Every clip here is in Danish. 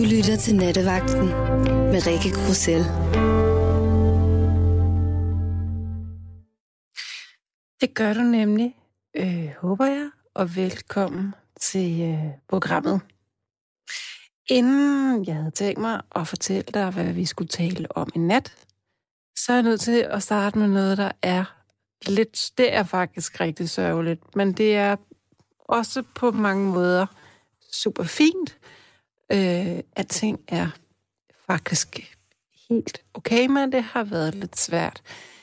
lytter til Nattevagten med Rikke Grussel. Det gør du nemlig, håber jeg, og velkommen til programmet. Inden jeg havde tænkt mig at fortælle dig, hvad vi skulle tale om i nat, så er jeg nødt til at starte med noget, der er lidt, det er faktisk rigtig sørgeligt, men det er også på mange måder super fint. At ting er faktisk helt okay, men det har været lidt svært.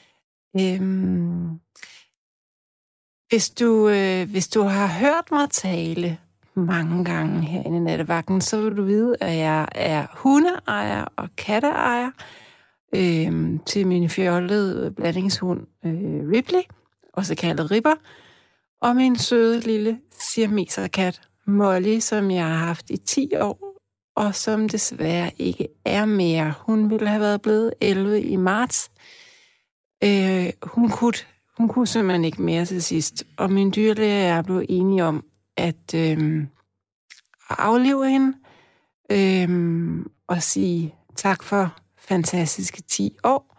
Hvis du har hørt mig tale mange gange herinde i Nattevagten, så vil du vide, at jeg er hundeejer og katteejer til min fjollede blandingshund Ripley, også kaldet Ripper, og min søde lille siameserkat Molly, som jeg har haft i 10 år, og som desværre ikke er mere. Hun ville have været blevet 11 i marts. Hun kunne simpelthen ikke mere til sidst. Og min dyrlæge og jeg blev enige om at aflive hende og sige tak for fantastiske 10 år.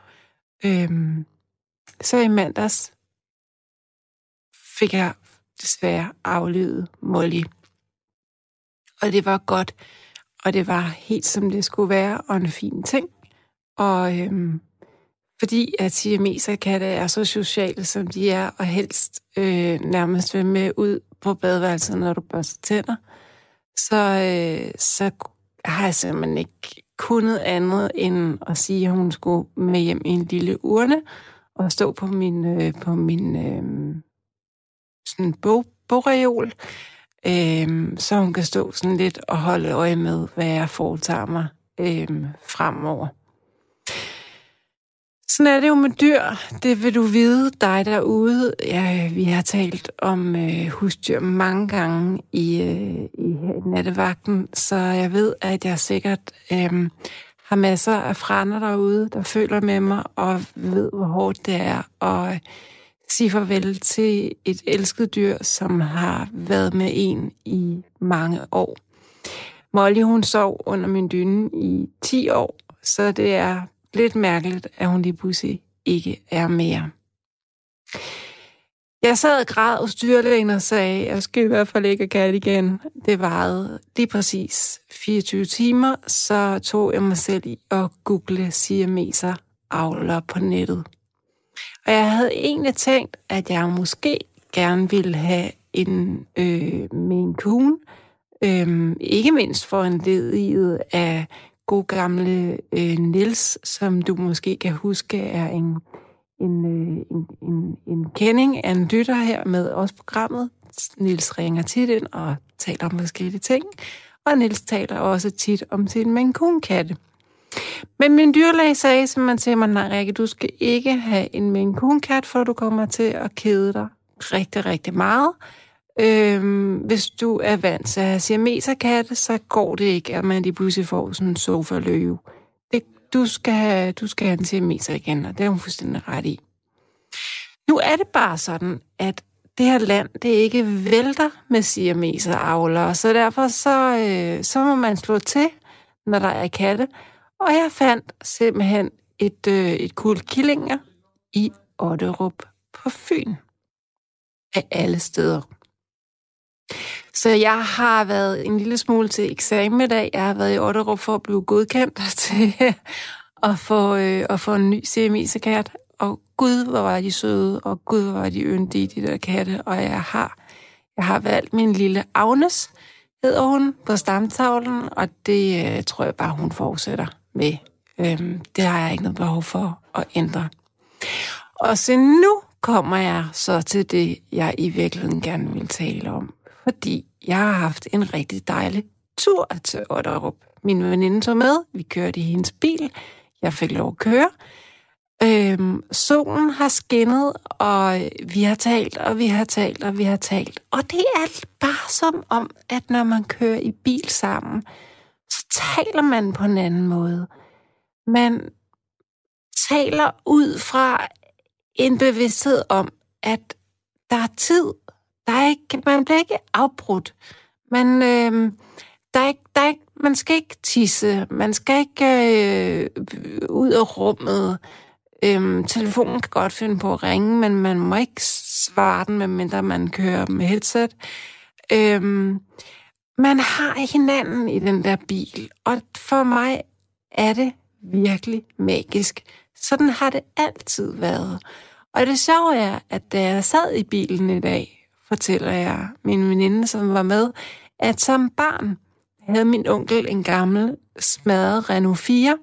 Så i mandags fik jeg desværre aflivet Molly. Og det var godt, og det var helt som det skulle være, og en fin ting. Og fordi at siameserkatte er så sociale, som de er, og helst nærmest vil med ud på badeværelset, når du børster tænder, så har jeg simpelthen ikke kunnet andet end at sige, at hun skulle med hjem i en lille urne og stå på min sådan bogreol, så hun kan stå sådan lidt og holde øje med, hvad jeg foretager mig fremover. Sådan er det jo med dyr. Det vil du vide, dig derude. Ja, vi har talt om husdyr mange gange i Nattevagten, så jeg ved, at jeg sikkert har masser af frænder derude, der føler med mig og ved, hvor hårdt det er at sige farvel til et elsket dyr, som har været med en i mange år. Molly, hun sov under min dyne i 10 år, så det er lidt mærkeligt, at hun lige pludselig ikke er mere. Jeg sad og græd hos dyrlægen og sagde, at jeg skal i hvert fald ikke have kat igen. Det varede lige præcis 24 timer, så tog jeg mig selv i at google siameser avler på nettet. Og jeg havde egentlig tænkt, at jeg måske gerne ville have en Maine Coon, ikke mindst for en lediget af god gamle Niels, som du måske kan huske er en kending af en lytter her med os programmet. Niels ringer tit ind og taler om forskellige ting, og Niels taler også tit om sin Maine Coon-katte. Men min dyrlæge sagde simpelthen til mig, nej Rikke, du skal ikke have en Maine Coon-kat, for du kommer til at kede dig rigtig, rigtig meget. Hvis du er vant til at have siameserkatte, så går det ikke, at man lige pludselig får sådan en sofa-løve. Du skal have en siameser igen, og det er hun fuldstændig ret i. Nu er det bare sådan, at det her land, det ikke vælter med siameser-avlere, så derfor så må man slå til, når der er katte. Og jeg fandt simpelthen et kuld killinger i Otterup på Fyn. Af alle steder. Så jeg har været en lille smule til eksamen i dag. Jeg har været i Otterup for at blive godkendt til at få en ny siameserkat. Og gud, hvor var de søde, og gud, hvor var de yndige, de der katte. Og jeg har valgt min lille Agnes, hedder hun, på stamtavlen, og det tror jeg bare, hun fortsætter med. Det har jeg ikke noget behov for at ændre. Og så nu kommer jeg så til det, jeg i virkeligheden gerne vil tale om. Fordi jeg har haft en rigtig dejlig tur til Otterup. Min veninde tog med, vi kørte i hendes bil, jeg fik lov at køre. Solen har skinnet, og vi har talt, og vi har talt, og vi har talt. Og det er bare som om, at når man kører i bil sammen, så taler man på en anden måde. Man taler ud fra en bevidsthed om, at der er tid. Man bliver ikke afbrudt. man skal ikke tisse, man skal ikke ud af rummet. Telefonen kan godt finde på at ringe, men man må ikke svare den, medmindre man kører med headset. Man har hinanden i den der bil, og for mig er det virkelig magisk. Sådan har det altid været. Og det sjove er, at da jeg sad i bilen i dag, fortæller jeg min veninde, som var med, at som barn havde min onkel en gammel smadret Renault 4.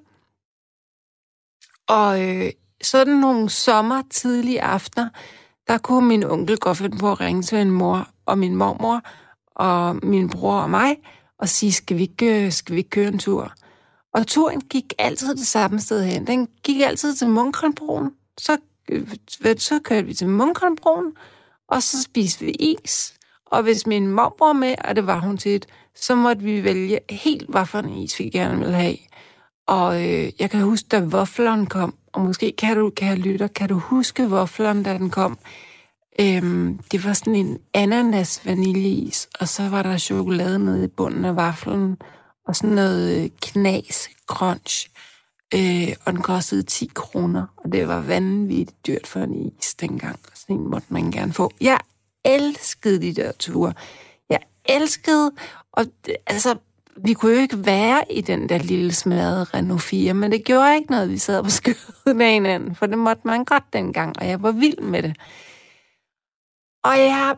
Og sådan nogle tidlige aftener, der kunne min onkel godt finde på at ringe til min mor og min mormor og min bror og mig og sige, skal vi ikke køre en tur? Og turen gik altid det samme sted hen. Den gik altid til Munkholmbroen. Så kørte vi til Munkholmbroen, og så spiste vi is. Og hvis min mormor var med, og det var hun tit, så måtte vi vælge helt, hvad for en is vi gerne ville have. Og jeg kan huske, da vafleren kom, og måske kan du huske vafleren, da den kom? Det var sådan en ananas vaniljeis, og så var der chokolade nede i bunden af vaflen, og sådan noget knas crunch. Og den kostede 10 kroner, og det var vanvittigt dyrt for en is dengang. Sådan en måtte man gerne få. Jeg elskede de der ture. Jeg elskede, og altså, vi kunne jo ikke være i den der lille smadrede Renault 4, men det gjorde ikke noget, vi sad på skødet af hinanden, for det måtte man godt dengang, og jeg var vild med det. Og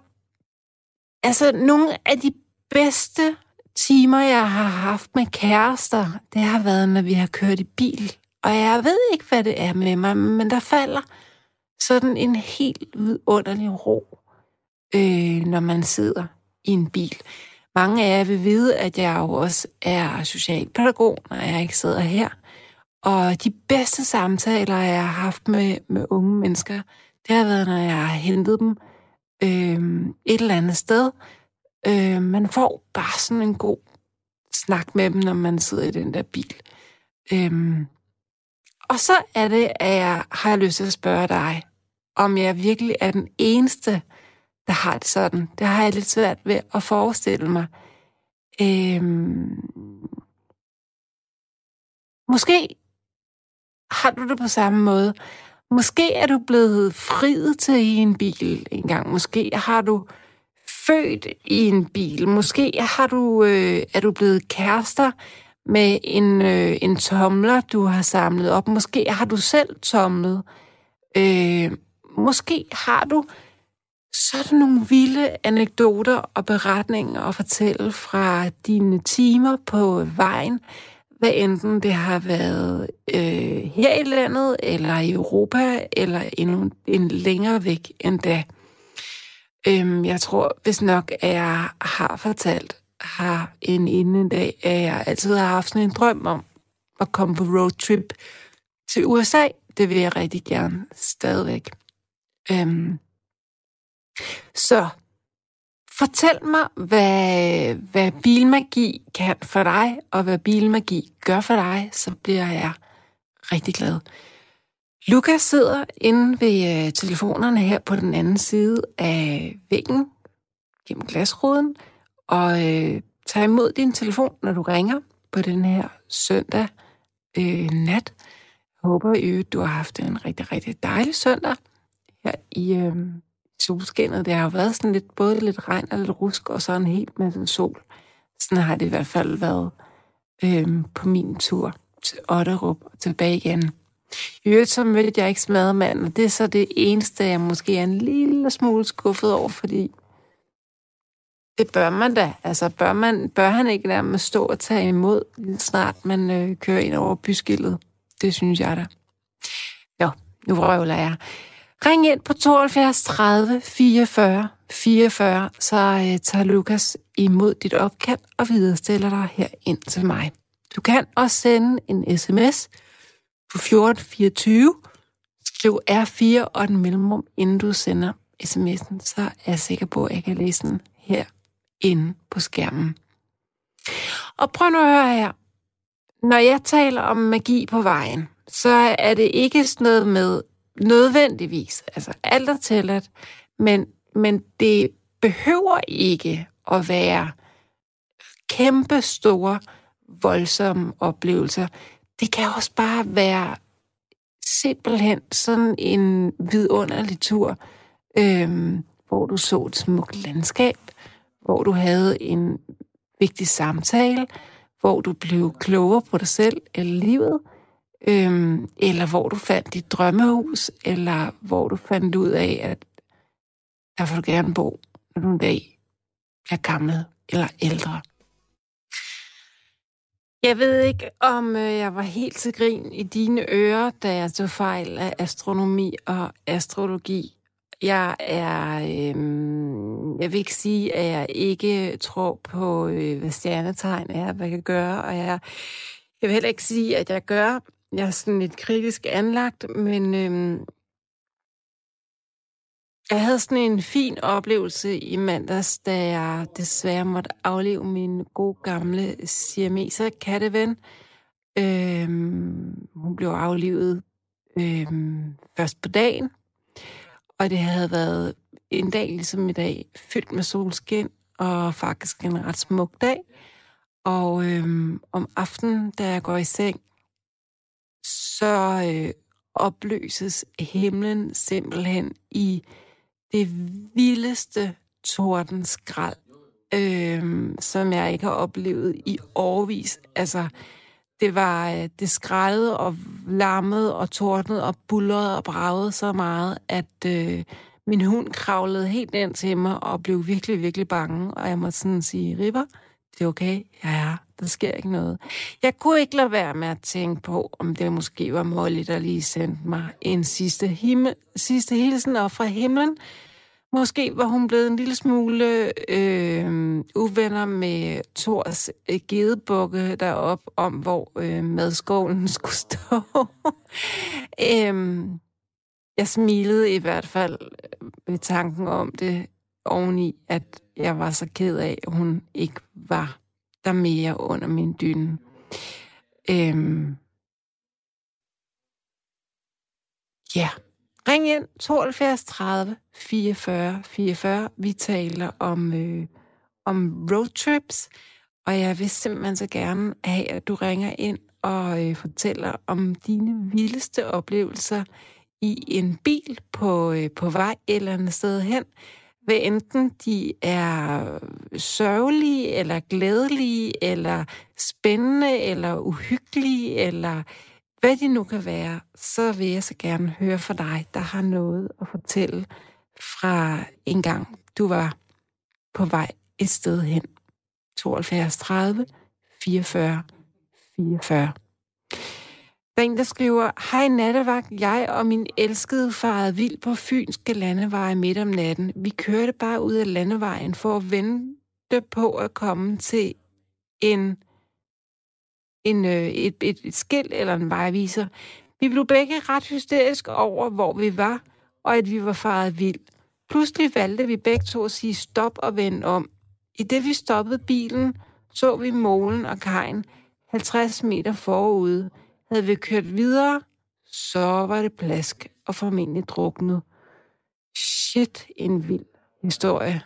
nogle af de bedste timer, jeg har haft med kærester, det har været, når vi har kørt i bil. Og jeg ved ikke, hvad det er med mig, men der falder sådan en helt vidunderlig ro, når man sidder i en bil. Mange af jer vil vide, at jeg jo også er socialpædagog, når jeg ikke sidder her. Og de bedste samtaler, jeg har haft med unge mennesker, det har været, når jeg har hentet dem et eller andet sted. Man får bare sådan en god snak med dem, når man sidder i den der bil. Og så er det, at jeg har lyst til at spørge dig, om jeg virkelig er den eneste, der har det sådan. Det har jeg lidt svært ved at forestille mig. Måske har du det på samme måde. Måske er du blevet friet til i en bil engang. Måske har du født i en bil. Måske er du blevet kærester med en tomler, du har samlet op. Måske har du selv tomlet. Måske har du sådan nogle vilde anekdoter og beretninger at fortælle fra dine timer på vejen, hvad enten det har været her i landet, eller i Europa, eller en længere væk end da. Jeg tror, hvis nok, at jeg har fortalt her en dag, at jeg altid har haft sådan en drøm om at komme på roadtrip til USA. Det vil jeg rigtig gerne stadigvæk. Så fortæl mig, hvad bilmagi kan for dig, og hvad bilmagi gør for dig, så bliver jeg rigtig glad. Lukas sidder inde ved telefonerne her på den anden side af væggen, gennem glasruden, og tager imod din telefon, når du ringer på den her søndag nat. Jeg håber i øvrigt, du har haft en rigtig, rigtig dejlig søndag her i solskinnet. Det har jo været sådan både lidt regn og lidt rusk, og så en helt masse sol. Sådan har det i hvert fald været på min tur til Otterup og tilbage igen. I øvrigt så mødte jeg ikke smadremanden, og det er så det eneste, jeg måske er en lille smule skuffet over, fordi det bør man da. Altså, bør han ikke nærmest stå og tage imod, snart man kører ind over byskiltet? Det synes jeg da. Jo, nu røvler jeg. Ring ind på 72 30 44 44, så tager Lukas imod dit opkald og viderestiller dig her ind til mig. Du kan også sende en sms på 1424. Skriv R4 og den mellemrum, inden du sender sms'en, så er jeg sikker på, at jeg kan læse den her inde på skærmen. Og prøv nu at høre her. Når jeg taler om magi på vejen, så er det ikke sådan noget med nødvendigvis, altså alt er tilladt, men det behøver ikke at være kæmpe store, voldsomme oplevelser. Det kan også bare være simpelthen sådan en vidunderlig tur, hvor du så et smukt landskab, hvor du havde en vigtig samtale, hvor du blev klogere på dig selv eller livet, eller hvor du fandt dit drømmehus, eller hvor du fandt ud af, at der vil du gerne bo, når du en dag er gammel eller ældre. Jeg ved ikke, om jeg var helt til grin i dine ører, da jeg tog fejl af astronomi og astrologi. Jeg vil ikke sige, at jeg ikke tror på, hvad stjernetegn er, hvad jeg kan gøre, og jeg vil heller ikke sige, at jeg gør. Jeg er sådan lidt kritisk anlagt, men jeg havde sådan en fin oplevelse i mandags, da jeg desværre måtte aflive min gode gamle siameser katteven. Hun blev aflivet først på dagen, og det havde været en dag ligesom i dag, fyldt med solskin, og faktisk en ret smuk dag. Og om aftenen, da jeg går i seng, så opløses himlen simpelthen i det vildeste tordenskrald, som jeg ikke har oplevet i årevis. Altså, det skrællede og larmede og tordnede og buldrede og bragede så meget, at min hund kravlede helt ind til mig og blev virkelig, virkelig bange. Og jeg måtte sådan sige, Ripper, det er okay, ja, der sker ikke noget. Jeg kunne ikke lade være med at tænke på, om det måske var Molly, der lige sendte mig en sidste hilsen op fra himlen. Måske var hun blevet en lille smule uvenner med Thors gedebukke derop om, hvor madskålen skulle stå. Jeg smilede i hvert fald ved tanken om det oveni, at jeg var så ked af, at hun ikke var der mere under min dyne. Ja. Ring ind 72 30 44 44. Vi taler om roadtrips, og jeg vil simpelthen så gerne have, at du ringer ind og fortæller om dine vildeste oplevelser i en bil på vej et eller andet sted hen. Hvad enten de er sørgelige, eller glædelige, eller spændende, eller uhyggelige, eller hvad de nu kan være, så vil jeg så gerne høre fra dig, der har noget at fortælle fra en gang, du var på vej et sted hen. 72 30 44 44. Der er en, der skriver, hej nattevagt, jeg og min elskede farede vild på fynske landeveje midt om natten. Vi kørte bare ud af landevejen for at vente på at komme til et skilt eller en vejviser. Vi blev begge ret hysteriske over, hvor vi var, og at vi var faret vild. Pludselig valgte vi begge to at sige stop og vende om. I det vi stoppede bilen, så vi molen og kajen 50 meter forude. Havde vi kørt videre, så var det plask og formentlig druknet. Shit, en vild historie.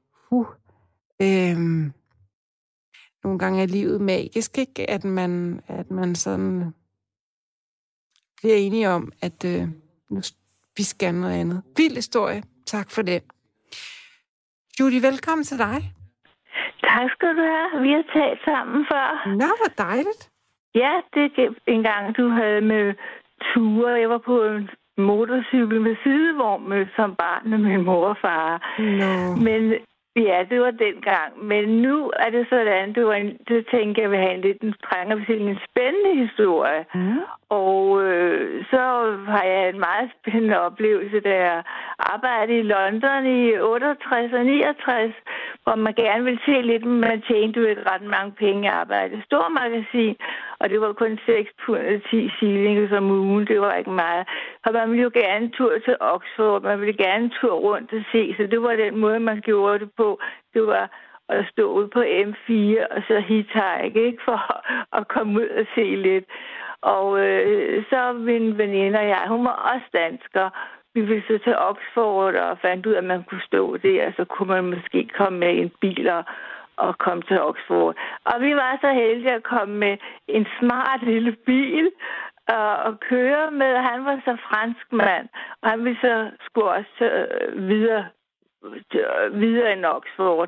Nogle gange er livet magisk, ikke? At man sådan bliver enige om, at vi skal noget andet. Vild historie. Tak for det. Judy, velkommen til dig. Tak skal du have. Vi har talt sammen før. Nå, hvor dejligt. Ja, det er en gang, du havde med ture. Jeg var på en motorcykel med sidevogn med som barn med min mor og far. No. Men ja, det var dengang. Men nu er det sådan, det tænker jeg vil have en trænger til en spændende historie. Mm. Og så har jeg en meget spændende oplevelse, da jeg arbejdede i London i 68 og 69, hvor man gerne ville se lidt, men man tjente jo ikke ret mange penge at arbejde i stor magasin, og det var kun 6 pund og 10 shillings om ugen, det var ikke meget. Og man ville jo gerne en tur til Oxford, man ville gerne en tur rundt og se, så det var den måde, man gjorde det på. Det var at stå ude på M4 og så hitchhike, ikke, for at komme ud og se lidt. Og så min veninde og jeg, hun var også dansker. Vi ville så til Oxford og fandt ud af, at man kunne stå der, og så kunne man måske komme med i en bil og kom til Oxford. Og vi var så heldige at komme med en smart lille bil og køre med. Han var så franskmand, og han ville så skulle også videre end Oxford.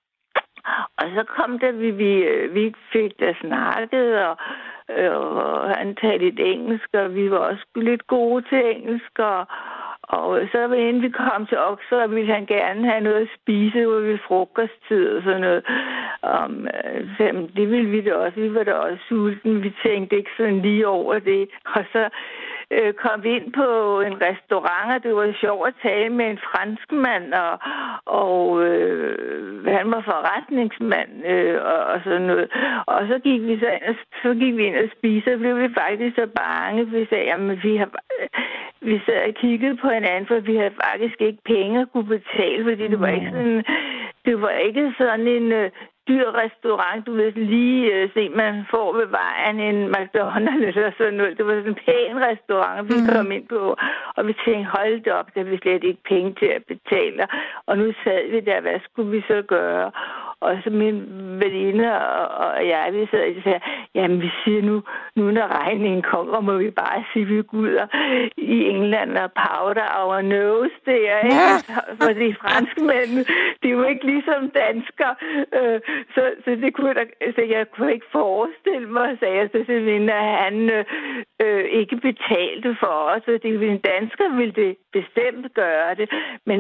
Og så kom der, vi fik da snakket, og han talte lidt engelsk, og vi var også lidt gode til engelsk, og så inden vi kom til Oxford, ville han gerne have noget at spise ved frokosttid og sådan noget. Det ville vi da også. Vi var da også sulten. Vi tænkte ikke sådan lige over det. Og så kom vi ind på en restaurant, og det var sjovt at tale med en franskmand, og han var forretningsmand og sådan noget. Og så gik vi ind og spiste, og blev vi faktisk så bange. Vi sagde, jamen vi sad og kiggede på hinanden, for vi havde faktisk ikke penge at kunne betale, fordi det var ikke sådan en dyr restaurant, du ved, lige se, man får ved vejen en McDonald's eller sådan noget. Det var sådan en pæn restaurant, vi kom ind på, og vi tænkte, hold det op, der vi slet ikke penge til at betale. Og nu sad vi der, hvad skulle vi så gøre? Og så min veninde og jeg, vi sad og sagde, jamen vi siger nu når regningen kommer, må vi bare sige, vi går ud i England og powder our nose der, ikke? Ja. For de franskmænd, de er jo ikke ligesom danskere. Så jeg kunne ikke forestille mig, sagde jeg så til veninde, at han ikke betalte for os. En dansker ville det bestemt gøre det,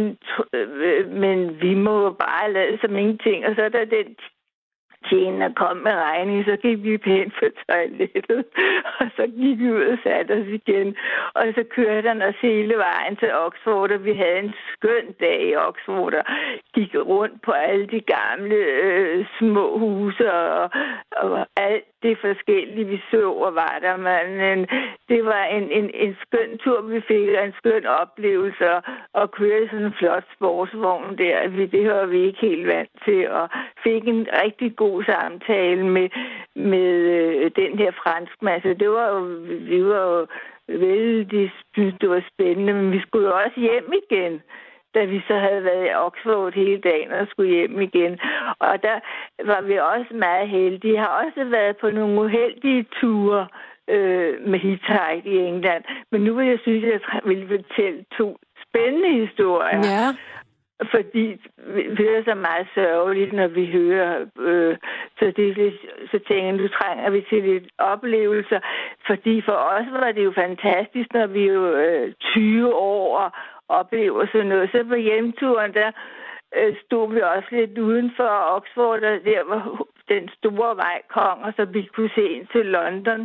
men vi må bare lade som ingenting. Og så da den tjener kom med regning, så gik vi pænt på toilettet, og så gik vi ud og satte os igen. Og så kørte han os hele vejen til Oxford, og vi havde en skøn dag i Oxford, og gik rundt på alle de gamle små huse, og alt det forskellige, vi så, og var der. Men det var en skøn tur, vi fik, og en skøn oplevelse, at køre i sådan en flot sportsvogn der. Det var vi ikke helt vant til, og fik en rigtig god samtale med den her franskmand. Så vi var jo vældig, synes det var spændende, men vi skulle jo også hjem igen, da vi så havde været i Oxford hele dagen og skulle hjem igen. Og der var vi også meget heldige. Jeg har også været på nogle uheldige ture med hitchhike i England. Men nu vil jeg synes, at jeg ville fortælle 2 spændende historier. Ja. Fordi det er så meget sørgeligt, når vi hører, så tænker jeg, nu trænger vi til lidt oplevelser. Fordi for os var det jo fantastisk, når vi jo 20 år og oplever sådan noget. Så på hjemturen, der stod vi også lidt uden for Oxford, og der var den store vej kom, og så vi kunne se ind til London.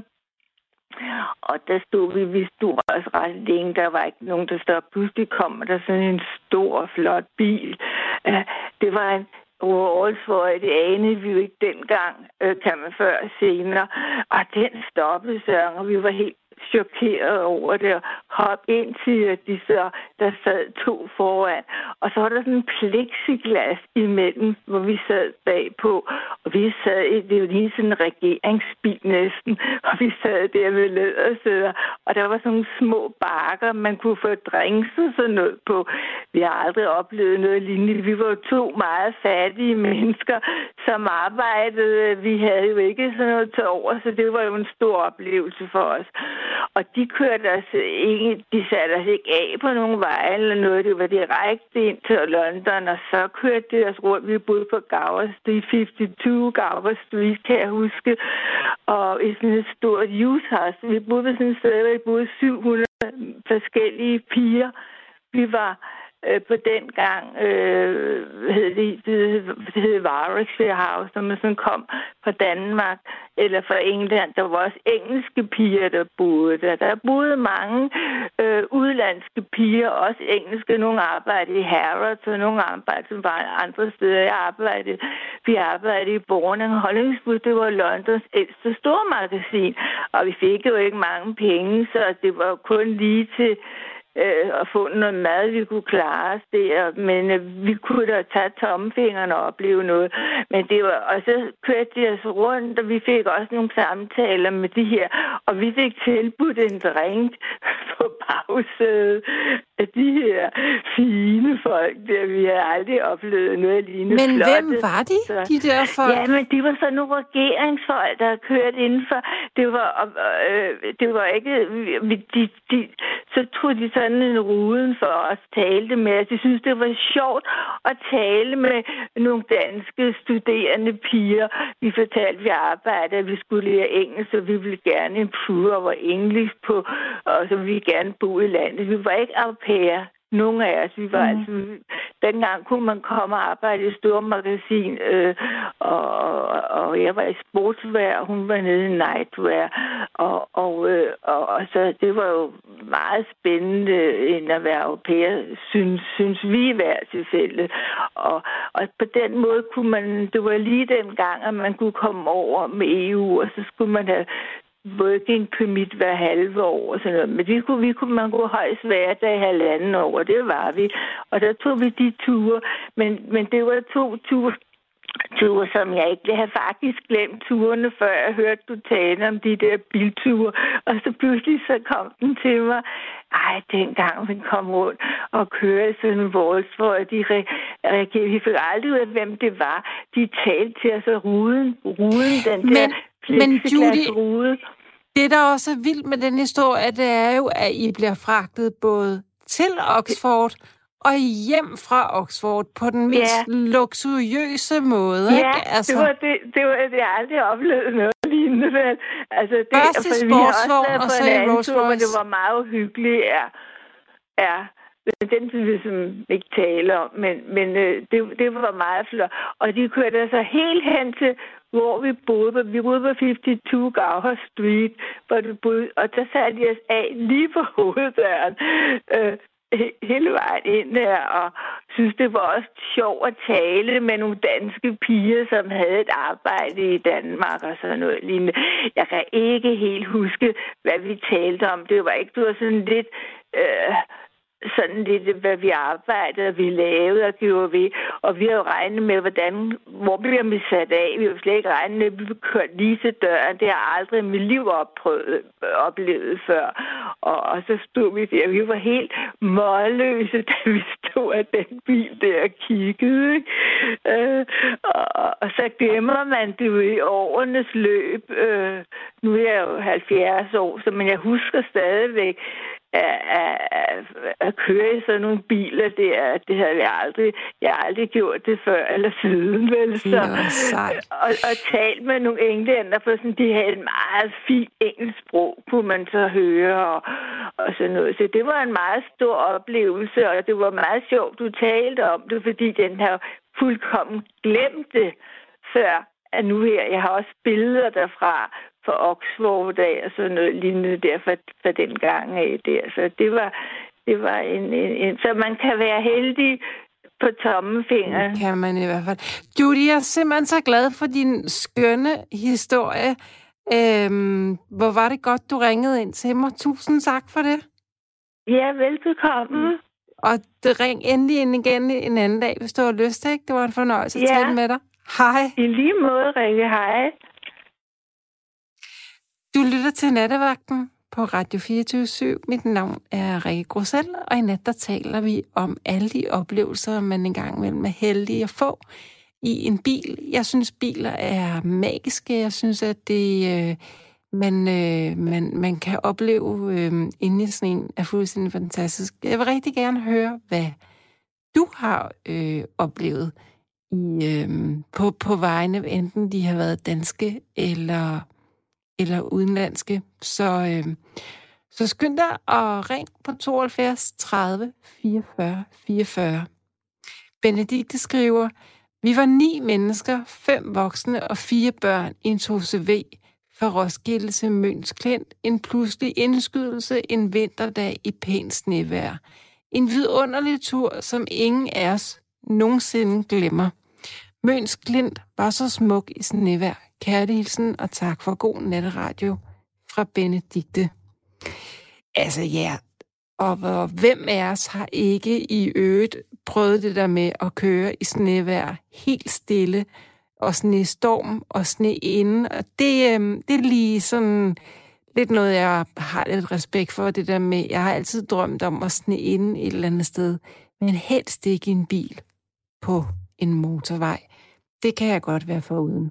Og der stod vi stod også ret længe, der var ikke nogen, der stod. Pludselig kom der sådan en stor, flot bil. Det var en Rolls-Royce, det anede vi jo ikke dengang, kan man før senere. Og den stoppede så, og vi var helt chokeret over det, og hoppe ind til der sad 2 foran. Og så var der sådan en plexiglas imellem, hvor vi sad bagpå. Og vi sad det var lige sådan en regeringsbil næsten, og vi sad der med lædersæder. Og der var sådan nogle små bakker, man kunne få drinks og sådan noget på. Vi har aldrig oplevet noget lignende. Vi var 2 meget fattige mennesker, som arbejdede. Vi havde jo ikke sådan noget til over, så det var jo en stor oplevelse for os. Og de kørte os ikke, de satte os ikke af på nogen veje eller noget. Det var direkte ind til London, og så kørte de os rundt. Vi boede på Gower Street, 52 Gower Street, kan jeg huske. Og i sådan et stort youth-house. Vi boede på sådan et sted, hvor vi boede 700 forskellige piger. Vi var på den gang det hed Warwickshire House, når man sådan kom fra Danmark eller fra England. Der var også engelske piger, der boede der. Der boede mange udlandske piger, også engelske. Nogle arbejdede i Harrods, og nogle arbejdede som var andre steder. Vi arbejdede i Borning Hollingswood. Det var Londons ældste stormagasin, og vi fik jo ikke mange penge, så det var kun lige til og få noget mad, vi kunne klare os der. Men vi kunne da tage tommelfingrene og opleve noget. Men det var, og så kørte de os rundt, og vi fik også nogle samtaler med de her. Og vi fik tilbudt en drink på bagsædet. af de her fine folk der. Vi har aldrig oplevet noget lignende. Men flotte. hvem var de der folk? Ja, men de var sådan nogle regeringsfolk, der kørte indenfor. Det var ikke... så tog de sådan en ruden for os, talte med os. De synes, det var sjovt at tale med nogle danske studerende piger. Vi fortalte, at vi arbejdede, at vi skulle lære engelsk, og vi ville gerne improve over engelsk på, og så ville vi gerne bo i landet. Vi var ikke au pair. Nogle af os, vi var dengang kunne man komme og arbejde i stormagasin, og jeg var i sportswear, og hun var nede i nightwear, og så det var jo meget spændende end at være au pair, synes vi i hver tilfælde. Og på den måde kunne man, det var lige den gang, at man kunne komme over med EU, og så skulle man have working permit hver halve år og sådan noget. Men man kunne højst hver dag 1,5 år, og det var vi. Og der tog vi de ture. Men det var 2 ture, som jeg ikke havde faktisk glemt turene, før jeg hørte du tale om de der bilture. Og så pludselig så kom den til mig. Dengang vi kom rundt og kørte sådan en Rolls, hvor vi fik aldrig ud af, hvem det var. De talte til os af ruden, den der plexiglasrude. Det, der også er vildt med den historie, det er jo, at I bliver fragtet både til Oxford og hjem fra Oxford på den mest luksuriøse måde. Ja, ikke? Altså, det var det, jeg aldrig oplevet noget lignende. Altså, først i sportsvogn, og så i Rolls Royce. Men det var meget uhyggeligt, den vil vi ikke tale om, men det var meget flot. Og de kørte altså helt hen til, hvor vi boede. Vi boede på 52 Gower Street, hvor du boede, og der satte de os af lige på hoveddøren hele vejen ind der, og synes, det var også sjovt at tale med nogle danske piger, som havde et arbejde i Danmark og sådan noget lignende. Jeg kan ikke helt huske, hvad vi talte om. Det var sådan lidt... hvad vi arbejdede, og vi lavede og gjorde vi. Og vi har jo regnet med, hvor bliver vi sat af. Vi har jo slet ikke regnet med, at vi blev kørt lige til døren. Det har aldrig i mit liv oplevet før. Og så stod vi der, vi var helt målløse, da vi stod af den bil der og kiggede. Og så glemmer man det jo i årenes løb. Nu er jeg jo 70 år, men jeg husker stadigvæk, at køre i sådan nogle biler der, det havde jeg har aldrig gjort det før eller siden, vel? Så, og talt med nogle englænder, for sådan, de havde et meget fint engelsk sprog, kunne man så høre, og sådan noget. Så det var en meget stor oplevelse, og det var meget sjovt, du talte om det, fordi den har fuldkommen glemt det før, at nu her, jeg har også billeder derfra, for Oxford og sådan noget lignende der for den gang af der. Så det var en så man kan være heldig på tommelfingeren. Det kan man i hvert fald. Judy, jeg er simpelthen så glad for din skønne historie. Hvor var det godt, du ringede ind til mig. Tusind tak for det. Ja, velbekomme. Og det ring endelig ind igen en anden dag, hvis du har lyst, ikke? Det var en fornøjelse at tale med dig. Hej. I lige måde, Rikke. Hej. Du lytter til Nattevagten på Radio 24/7. Mit navn er Rikke Grosel, og i nat der taler vi om alle de oplevelser, man engang imellem er heldig at få i en bil. Jeg synes, biler er magiske. Jeg synes, at det man kan opleve inde i sådan en er fuldstændig fantastisk. Jeg vil rigtig gerne høre, hvad du har oplevet på vegne, enten de har været danske eller udenlandske. Så skynd dig at ring på 72 30 44 44. Benedikte skriver, vi var 9 mennesker, 5 voksne og 4 børn i en 2CV fra Roskilde til Møns Klint. En pludselig indskydelse en vinterdag i pænt snevejr. En vidunderlig tur, som ingen af os nogensinde glemmer. Møns Klint var så smuk i snevejr. Kærlig hilsen, og tak for god natteradio fra Benedikte. Altså ja, og hvem af os har ikke i øvrigt prøvet det der med at køre i snevejr helt stille, og snestorm og sne inden, og det er lige sådan lidt noget, jeg har lidt respekt for, det der med, jeg har altid drømt om at snige inde et eller andet sted, men helst ikke i en bil på en motorvej. Det kan jeg godt være foruden.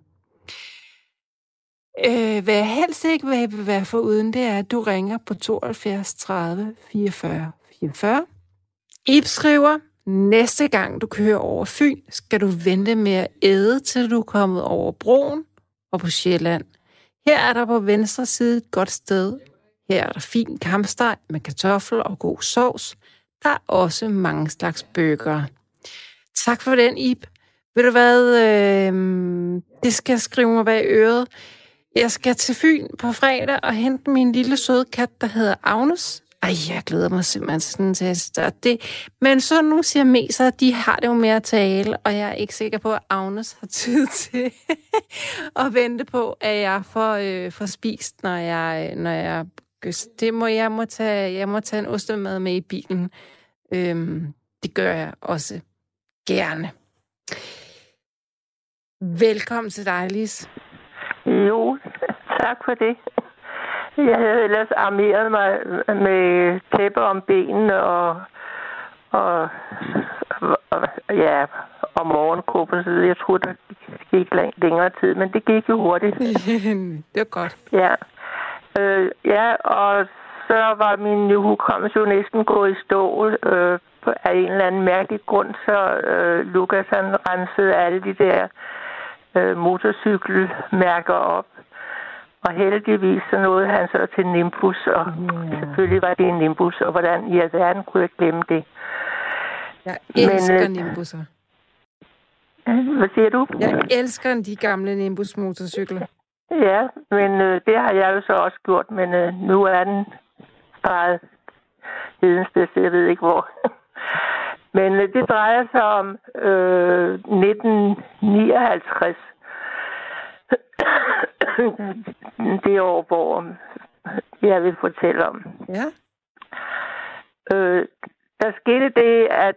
Hvad jeg helst ikke vil være foruden, det er, at du ringer på 72 30 44 44. Ib skriver, næste gang du kører over Fyn, skal du vente med at æde, til du er kommet over broen og på Sjælland. Her er der på venstre side et godt sted. Her er der fin kampsteg med kartofler og god sovs. Der er også mange slags burger. Tak for den, Ib. Ved du hvad? Det skal jeg skrive mig bag øret. Jeg skal til Fyn på fredag og hente min lille søde kat, der hedder Agnes. Jeg glæder mig simpelthen sådan til at starte det. Men sådan nogle siameser, de har det jo med at tale, og jeg er ikke sikker på, at Agnes har tid til at vente på, at jeg får spist, når jeg jeg må tage en ostemad med i bilen. Det gør jeg også gerne. Velkommen til dig, Lis. Jo, tak for det. Jeg havde ellers armeret mig med tæppe om benene og om morgenkåben. Jeg troede, der gik længere tid, men det gik jo hurtigt. Det var godt. Ja, og så var min hukommelse jo næsten gået i stå af en eller anden mærkelig grund, så Lukas han rensede alle de der motorcykelmærker op. Og heldigvis så nåede han så til Nimbus, og selvfølgelig var det en Nimbus, og hvordan i alverden kunne jeg glemme det. Jeg elsker Nimbusser. Hvad siger du? Jeg elsker de gamle Nimbus-motorcykler. Ja, men det har jeg jo så også gjort, men nu er den bare hedensted, så jeg ved ikke hvor. Men det drejer sig om 1959. Det år, hvor jeg vil fortælle om. Ja. Der skete det, at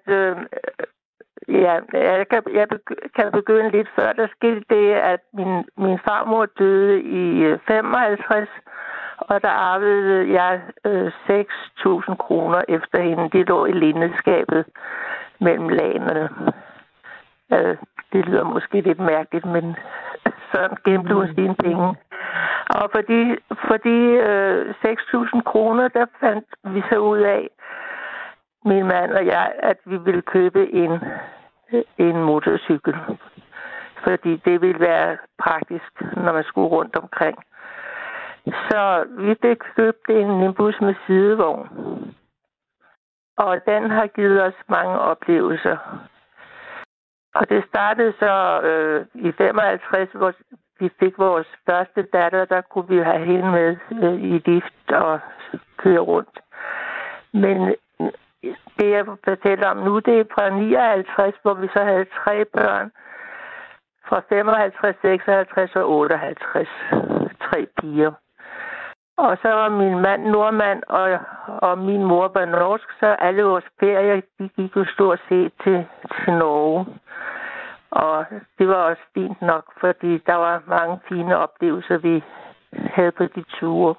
jeg kan begynde lidt før. Der skete det, at min farmor døde i 55, og der arvede jeg 6.000 kroner efter hende. Det lå i lindeskabet mellem lagene. Det lyder måske lidt mærkeligt, men sådan gemte hun sine penge. Og for de 6.000 kroner, der fandt vi så ud af, min mand og jeg, at vi ville købe en motorcykel. Fordi det ville være praktisk, når man skulle rundt omkring. Så vi fik købt en Nimbus med sidevogn. Og den har givet os mange oplevelser. Og det startede så i 55, hvor vi fik vores første datter. Der kunne vi have hende med i lift og køre rundt. Men det, jeg fortæller om nu, det er fra 59, hvor vi så havde 3 børn. Fra 55, 56 og 58. 3 piger. Og så var min mand nordmand, og min mor var norsk, så alle vores ferier, de gik jo stort set til Norge. Og det var også fint nok, fordi der var mange fine oplevelser, vi havde på de ture.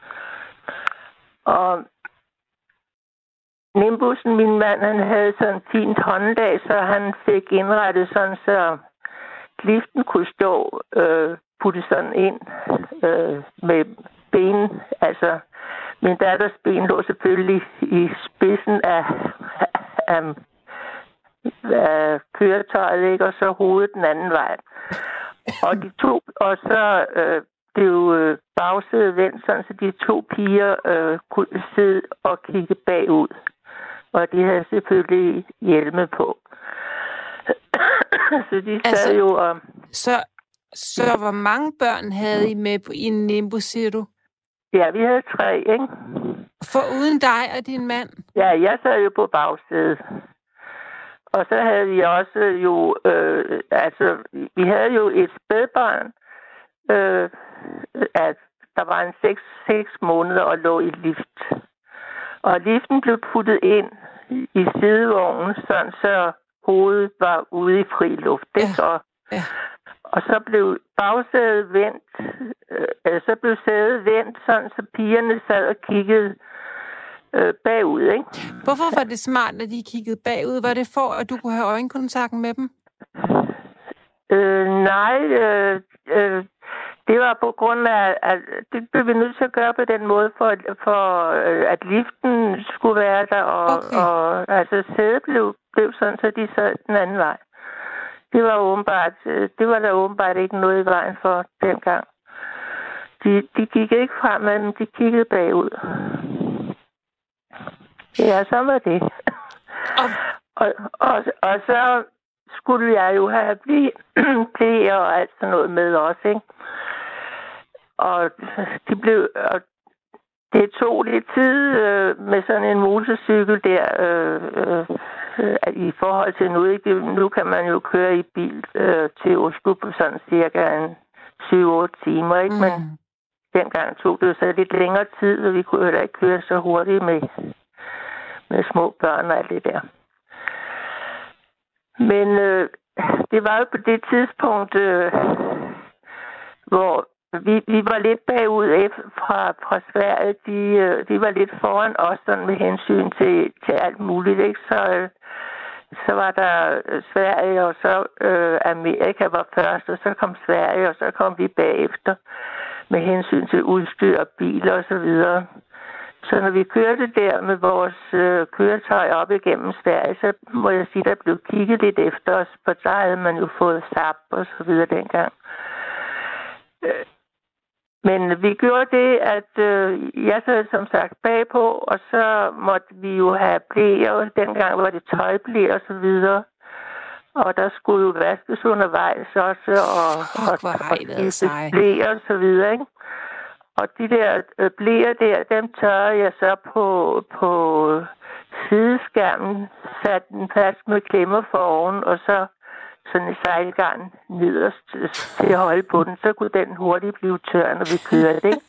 Og Nimbussen, min mand, han havde sådan et fint håndlag, så han fik indrettet sådan, så liften kunne stå putte sådan ind med ben. Altså, min datters ben lå selvfølgelig i spidsen af køretøjet, ikke? Og så hovedet den anden vej. Og så blev bagsædet vendt, sådan, så de 2 piger kunne sidde og kigge bagud. Og de havde selvfølgelig hjelme på. Så de sad jo og... Så hvor mange børn havde I med i en Nimbus, siger du? Ja, vi havde 3, ikke? Foruden dig og din mand? Ja, jeg sad jo på bagsædet. Og så havde vi også jo... vi havde jo et spædbarn, at der var en 6 måneder og lå i lift. Og liften blev puttet ind i sidevognen, sådan så hovedet var ude i fri luft. Ja. Og så blev bagsædet vendt så blev sædet vendt, sådan, så pigerne sad og kiggede bagud, ikke? Hvorfor var det smart, at de kiggede bagud? Var det for, at du kunne have øjenkontakt med dem? Nej, det var på grund af, at det blev vi nødt til at gøre på den måde, for at liften skulle være der, og altså sædet blev sådan, så de sad den anden vej. Det var der åbenbart ikke noget i vejen for dengang. De kiggede ikke fremad, men de kiggede bagud. Ja, så var det. Og så skulle jeg jo have blæer og alt sådan noget med også, ikke? Og det tog lidt tid med sådan en motorcykel der, i forhold til nu. Ikke? Nu kan man jo køre i bil til Oslo på sådan cirka 7-8 timer, ikke? Men dengang tog det så lidt længere tid, og vi kunne heller ikke køre så hurtigt med små børn og alt det der. Men det var jo på det tidspunkt, hvor vi var lidt bagud fra Sverige. De var lidt foran os sådan med hensyn til alt muligt, ikke? Så var der Sverige, og så Amerika var først, og så kom Sverige, og så kom vi bagefter med hensyn til udstyr og biler og så videre. Så når vi kørte der med vores køretøj op igennem Sverige, så må jeg sige, der blev kigget lidt efter os, for der havde man jo fået SAP og så videre dengang. Men vi gjorde det, at jeg sad som sagt bagpå, og så måtte vi jo have blæer. Dengang var det tøjblæer og så videre. Og der skulle jo vaskes undervejs også, og blæer og så videre, ikke? Og de der blæer der, dem tørrede jeg så på sideskærmen, satte den fast med klemmer for oven, og så sådan en sejlgarn nederst til at holde på den, så kunne den hurtigt blive tør, når vi kørte, ikke?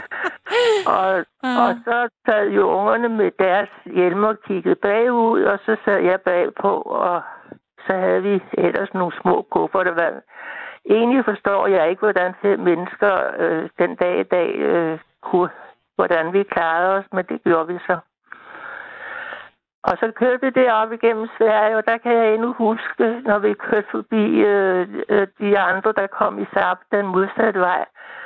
Og så sad jo ungerne med deres hjelmer og kiggede bagud, og så sad jeg bagpå, og så havde vi ellers nogle små kufferter. Egentlig forstår jeg ikke, hvordan 5 mennesker den dag i dag kunne, hvordan vi klarede os, men det gjorde vi så. Og så kørte vi deroppe igennem Sverige, og der kan jeg endnu huske, når vi kørte forbi de andre, der kom i SAP den modsatte vej.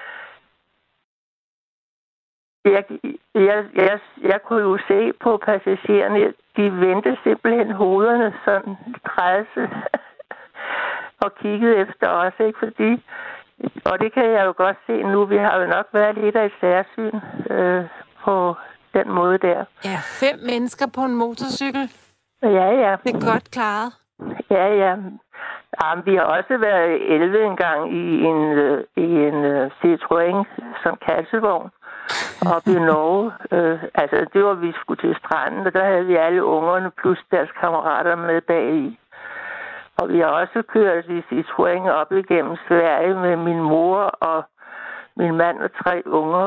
Jeg kunne jo se på passagererne, de vendte simpelthen hovederne sådan træse og kiggede efter os, ikke? Fordi, og det kan jeg jo godt se nu, vi har jo nok været lidt af et særsyn på den måde der. Ja, 5 mennesker på en motorcykel. Ja. Det er godt klaret. Ja. Jamen, vi har også været 11 engang i en Citroën som kassevogn oppe i Norge. Altså, det var, vi skulle til stranden, og der havde vi alle ungerne plus deres kammerater med bagi. Og vi har også kørt i Citroën op igennem Sverige med min mor og min mand og 3 unger.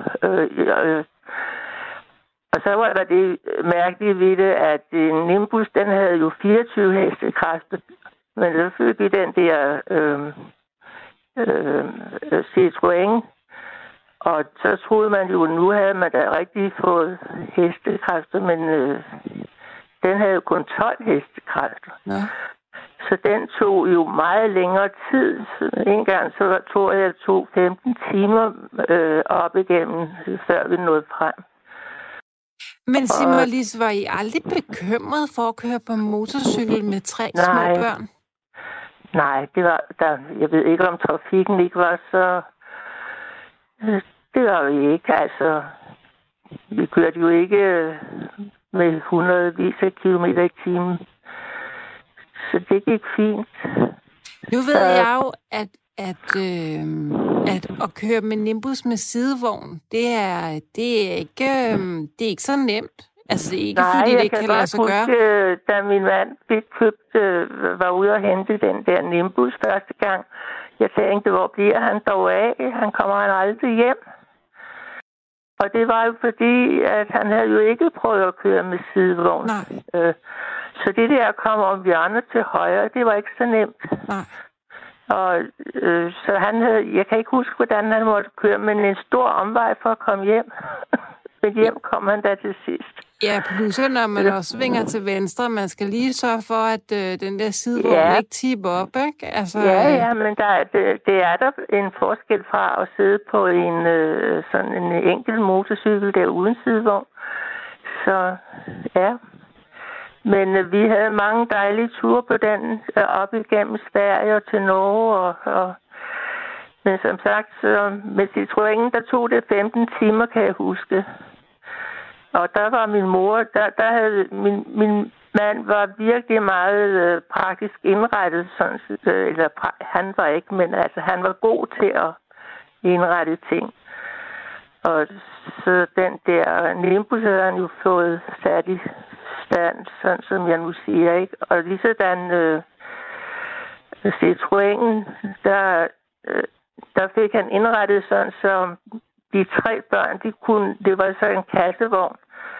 Og så var der det mærkelige ved det, at en Nimbus, den havde jo 24 hestekræfter. Men så fik vi den der Citroën. Og så troede man jo, nu havde man da rigtig fået hestekræfter, men den havde jo kun 12 hestekræfter. Ja. Så den tog jo meget længere tid. En gang så tog 15 timer op igennem, før vi nåede frem. Men Simon Lise, var I aldrig bekymret for at køre på motorcykel med 3 små børn? Nej, det var der. Jeg ved ikke, om trafikken ikke var så... Det var vi ikke, altså. Vi kørte jo ikke med hundredvis af kilometer i timen. Så det gik fint. Nu ved jeg jo, at køre med Nimbus med sidevogn, det er ikke så nemt. Altså, det er ikke, fordi det ikke kan lade sig gøre. Da min mand var ude og hente den der Nimbus første gang, jeg tænkte, hvor bliver han dog af? Han kommer aldrig hjem. Og det var jo fordi, at han havde jo ikke prøvet at køre med sidevogn. Så det der at komme om hjørnet til højre, det var ikke så nemt. Og så han havde, jeg kan ikke huske, hvordan han måtte køre, men en stor omvej for at komme hjem. Men hjem kom han da til sidst. Ja, plus når man også svinger til venstre, man skal lige sørge for, at den der sidevogn ikke tipper op, ikke? Altså, ja, men det er der en forskel fra at sidde på sådan en enkelt motorcykel der uden sidevogn. Så ja. Men vi havde mange dejlige ture på den op igennem Sverige og til Norge. Men som sagt, med Citroën, der tog det 15 timer, kan jeg huske. Og der var min mor, der havde min mand var virkelig meget praktisk indrettet. Sådan, han var ikke, men altså han var god til at indrette ting. Og så den der Nimbus havde han jo fået sat i stand, sådan som jeg nu siger, ikke? Og lige sådan Citroën, der fik han indrettet sådan, så de 3 børn, det var så en kassevogn.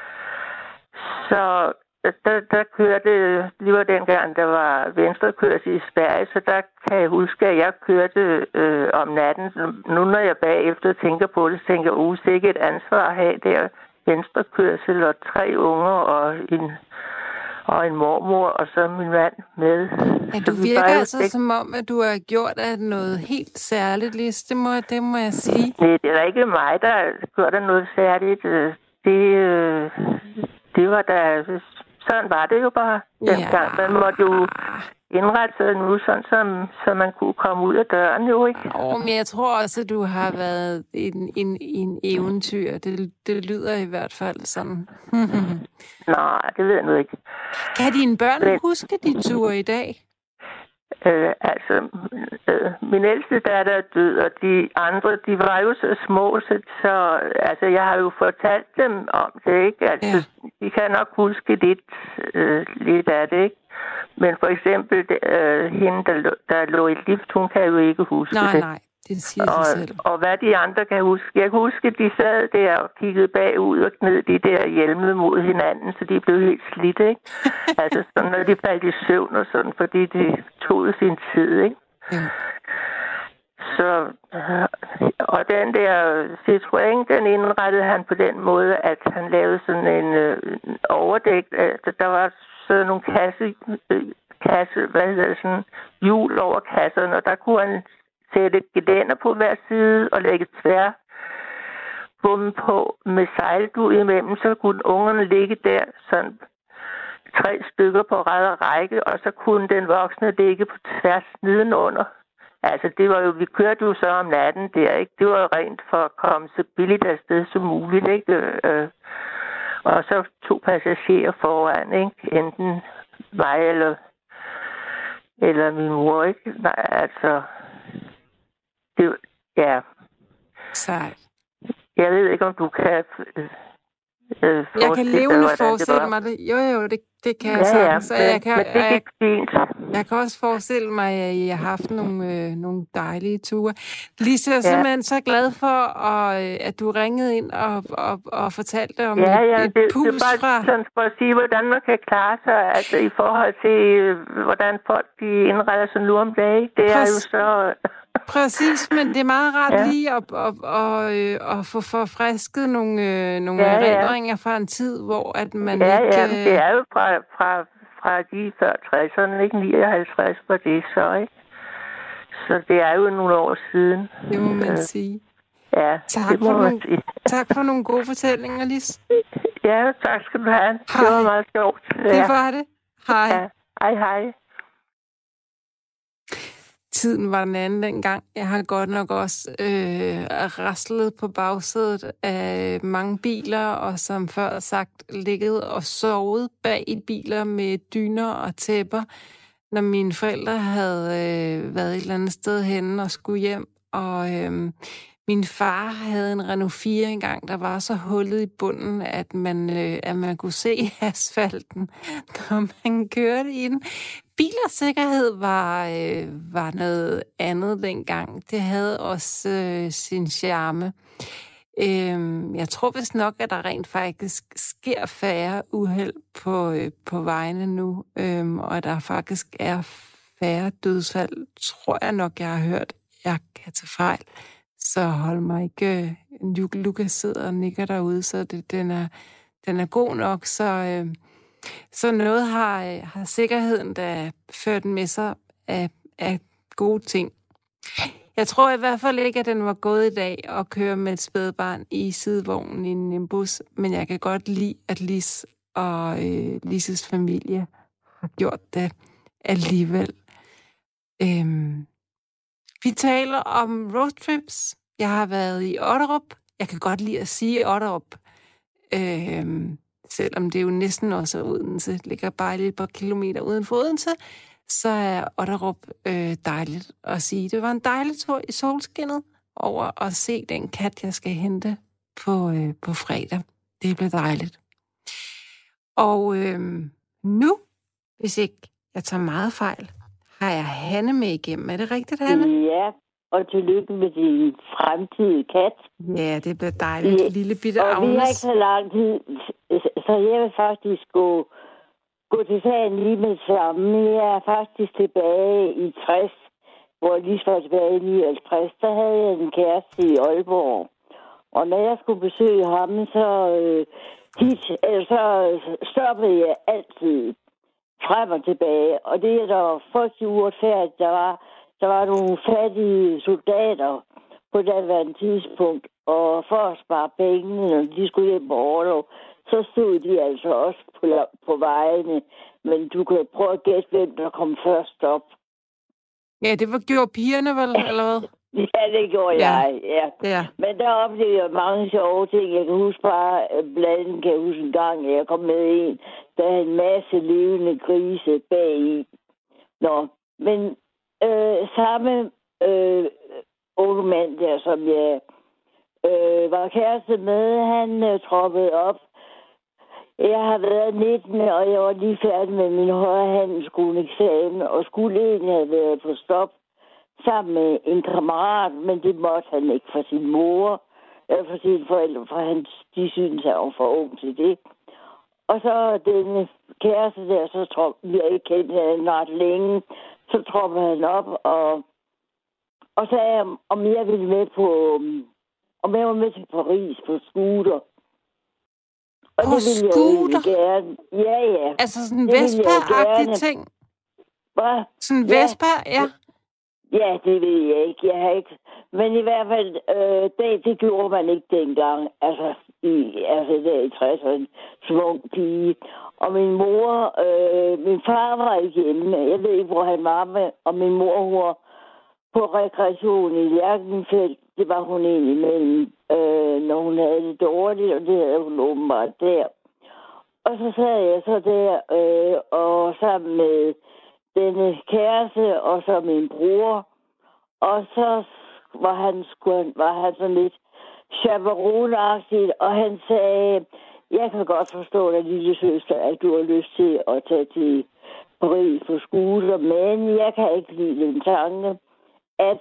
Så der kørte, det var dengang, der var venstrekørsel i Sverige, så der kan jeg huske, at jeg kørte om natten. Nu når jeg bagefter tænker på det, så tænker jeg, sikkert et ansvar at have der venstrekørsel og 3 unger og en mormor, og så min mand med. Ja, du virker altså som om, at du har gjort noget helt særligt, Lis. Det må jeg sige. Nej, det er ikke mig, der har gjort noget særligt. Det var da... Sådan var det jo bare dengang. Man måtte jo indrette sig nu, sådan så man kunne komme ud af døren jo, ikke? Men jeg tror også, at du har været en eventyr. Det lyder i hvert fald sådan. Nej, det ved jeg nu ikke. Kan dine børn huske de ture i dag? Min ældste datter er død, og de andre, de var jo så små, så altså, jeg har jo fortalt dem om det, ikke? Altså, de kan nok huske lidt af det, ikke? Men for eksempel, hende, der lå i lift, hun kan jo ikke huske det. Nej, det siger sig selv. Og hvad de andre kan huske. Jeg kan huske, at de sad der og kiggede bagud og gned de der hjelme mod hinanden, så de blev helt slidt, ikke? Altså, sådan, når de faldt i søvn og sådan, fordi de tog sin tid, ikke? Ja. Så, og den der Citroën, den indrettede han på den måde, at han lavede sådan en overdæk. Der var sådan nogle hjul over kasserne, og der kunne han sætte gelænder på hver side og lægge tværbommen på med sejldug imellem, så kunne ungerne ligge der sådan 3 stykker på rad og række, og så kunne den voksne ligge på tværs nedenunder. Altså, det var jo, vi kørte jo så om natten der, ikke? Det var rent for at komme så billigt afsted som muligt, ikke? Og så 2 passagerer foran, ikke? Enten mig eller min mor, ikke? Nej, altså... Det, ja. Sejt. Jeg ved ikke, om du kan... Jeg kan levende forestille mig det. Jo, det kan jeg sagtens. Men det gik fint. Jeg kan også forestille mig, at I har haft nogle dejlige ture. Lise, jeg er simpelthen så glad for, at du ringede ind og fortalte om et pus fra... det er bare sådan for at sige, hvordan man kan klare sig, altså i forhold til, hvordan folk de indretter sig nu om dagen. Det er jo så... Præcis, men det er meget rart lige at få forfrisket nogle erindringer fra en tid, hvor at man ikke... Ja, det er jo fra de før 60'erne, ikke? 59 var det så, ikke? Så det er jo nogle år siden. Det må man sige. Ja, tak for nogle gode fortællinger, Lis. Ja, tak skal du have. Det var meget sjovt. Det var det. Hej. Ja. Hej. Tiden var den anden dengang. Jeg har godt nok også raslet på bagsædet af mange biler, og som før sagt, ligget og sovet bag i biler med dyner og tæpper, når mine forældre havde været et eller andet sted henne og skulle hjem. Og min far havde en Renault 4 engang, der var så hullet i bunden, at man kunne se asfalten, når man kørte i den. Bilersikkerhed var noget andet dengang. Det havde også sin charme. Jeg tror vist nok, at der rent faktisk sker færre uheld på vejene nu, og at der faktisk er færre dødsfald tror jeg nok, jeg har hørt. Jeg kan tage fejl. Så hold mig ikke... Lukas sidder og nikker derude, så den er god nok. Så noget har sikkerheden, der ført med sig af gode ting. Jeg tror i hvert fald ikke, at den var gået i dag at køre med et spædbarn i sidevognen i en Nimbus, men jeg kan godt lide, at Lis og Lises familie har gjort det alligevel. Vi taler om roadtrips. Jeg har været i Otterup. Jeg kan godt lide at sige Otterup, selvom det jo næsten også er Odense. Det ligger bare lidt par kilometer uden for Odense. Så er Otterup dejligt at sige. Det var en dejlig tur i solskinnet over at se den kat, jeg skal hente på fredag. Det blev dejligt. Og nu, hvis ikke jeg tager meget fejl, har jeg Hanne med igennem. Er det rigtigt, Hanne? Ja, og tillykke med din fremtidige kat. Ja, det bliver dejligt. Ja. Lille bitte Agnes. Og vi har ikke så lang tid, så jeg vil faktisk gå til sagen lige med det samme. Jeg er faktisk tilbage i 60, hvor jeg lige var tilbage i 59. Der havde jeg en kæreste i Aalborg. Og når jeg skulle besøge ham, så stoppede jeg altid frem og tilbage. Og det er der frygtelig uretfærdigt. Der var nogle fattige soldater på daværende tidspunkt. Og for at spare penge, når de skulle hjem på orlov, så stod de altså også på vejene. Men du kan prøve at gætte, hvem der kom først op. Ja, det gjorde pigerne vel, eller hvad? Ja, det gjorde jeg, ja. Men der oplevede jeg mange sjove ting. Jeg kan huske bare, blandt andet kan jeg huske en gang, jeg kom med en, der havde en masse levende grise bagi. Nå, men samme unge mand der, som jeg var kæreste med, han troppede op. Jeg har været 19, og jeg var lige færdig med min højre handelsskoleeksamen, og skulle egentlig have været på stop sammen med en kammerat, men det måtte han ikke for sin mor, eller for sine forældre, for de synes, han var for ung til det. Og så denne kæreste der, så troppede vi ikke kendt hinanden ret længe, så troppede han op, og sagde, om jeg ville med om jeg var med til Paris på scooter. Og på det ville scooter? Jeg gerne. Ja. Altså sådan en Vespa-agtig ting? Hvad? Sådan en Vespa, ja. Ja, det ved jeg ikke. Jeg har ikke. Men i hvert fald, det gjorde man ikke dengang. Altså der i 60'erne, som ung pige. Og min far var ikke hjemme. Jeg ved ikke, hvor han var med. Og min mor, hun var på rekreation i Lerkenfeldt. Det var hun egentlig imellem, når hun havde det dårligt, og det havde hun åbenbart der. Og så sad jeg så der, og sammen med denne kæreste, og så min bror. Og så var han sådan lidt chaperoneagtigt, og han sagde, jeg kan godt forstå dig, lille søster, at du har lyst til at tage til Paris på scooter, men jeg kan ikke lide den tanke, at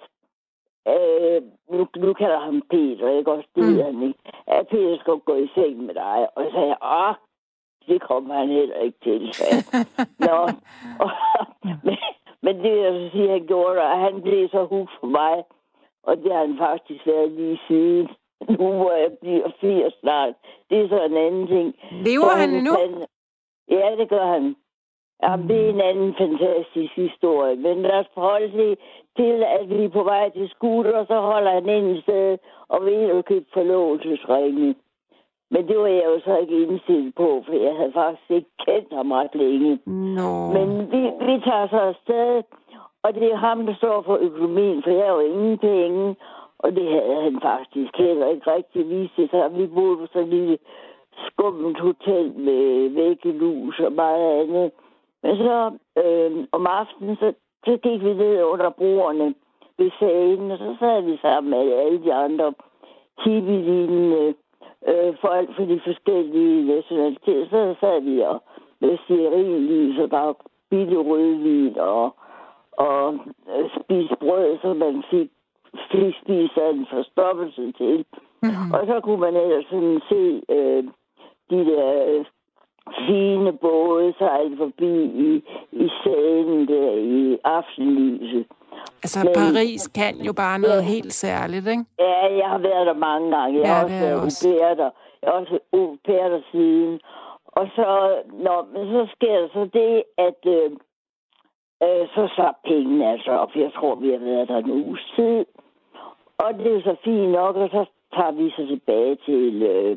nu kalder han Peter, ikke også? Det ved han ikke. At Peter skal gå i seng med dig. Og så sagde jeg, det kommer han heller ikke til. Nå. Men det jeg så siger, han gjorde, og han blev så hooked for mig. Og det har han faktisk været lige siden. Nu hvor jeg bliver 80 snart. Det er så en anden ting. Lever han endnu? Ja, det gør han. Jamen, det er en anden fantastisk historie. Men lad os forholde til, at vi er på vej til scooter, og så holder han ind i stedet og vil at købe forlovelsesringe. Men det var jeg jo så ikke indstillet på, for jeg havde faktisk ikke kendt ham ret længe. No. Men vi tager så afsted, og det er ham, der står for økonomien, for jeg har jo ingen penge. Og det havde han faktisk heller ikke rigtig vist sig. Så vi boede på sådan en lille skummelt hotel med væggelus og meget andet. Men så om aftenen, så gik vi ned under bordene ved sagen, og så sad vi sammen med alle de andre hippie-lignende folk for de forskellige nationaliteter. Så sad vi og med stearinlys og bare billig rødvin og spise brød, så man fik spise en forstoppelse til. Mm-hmm. Og så kunne man ellers sådan se de der fine både sejle forbi i salen der i aftenlyset. Altså, men Paris kan jo bare noget helt særligt, ikke? Ja, jeg har været der mange gange. Jeg har også været au pair der. Jeg har også au pair der siden. Og så sker der så det, at så slap pengene altså op. Jeg tror, vi har været der en uges tid. Og det er så fint nok, og så tager vi så tilbage til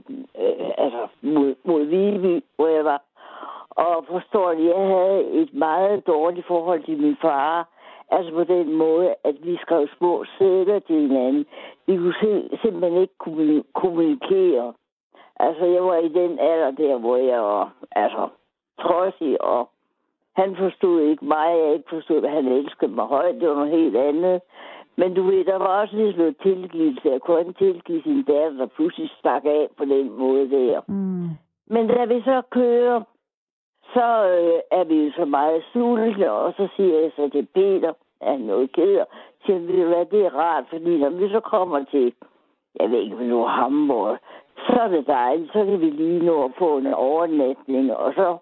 mod Viby, hvor jeg var. Og forstår det, jeg havde et meget dårligt forhold til min far. Altså på den måde, at vi skrev små sædler til hinanden. Vi kunne simpelthen ikke kommunikere. Altså, jeg var i den alder der, hvor jeg var trodsig, og han forstod ikke mig, jeg ikke forstod, at han elskede mig højt. Det var noget helt andet. Men du ved, der var også lidt noget tilgivelse. Jeg kunne ikke tilgive sin datter, der pludselig stak af på den måde der. Mm. Men da vi så kører, så er vi jo så meget sultne, og så siger jeg så til Peter, at han er noget keder, siger, ved du hvad, det er rart, fordi når vi så kommer til, jeg ved ikke, nu Hamburg, så er det dejligt, så kan vi lige nå at få en overnatning, og så,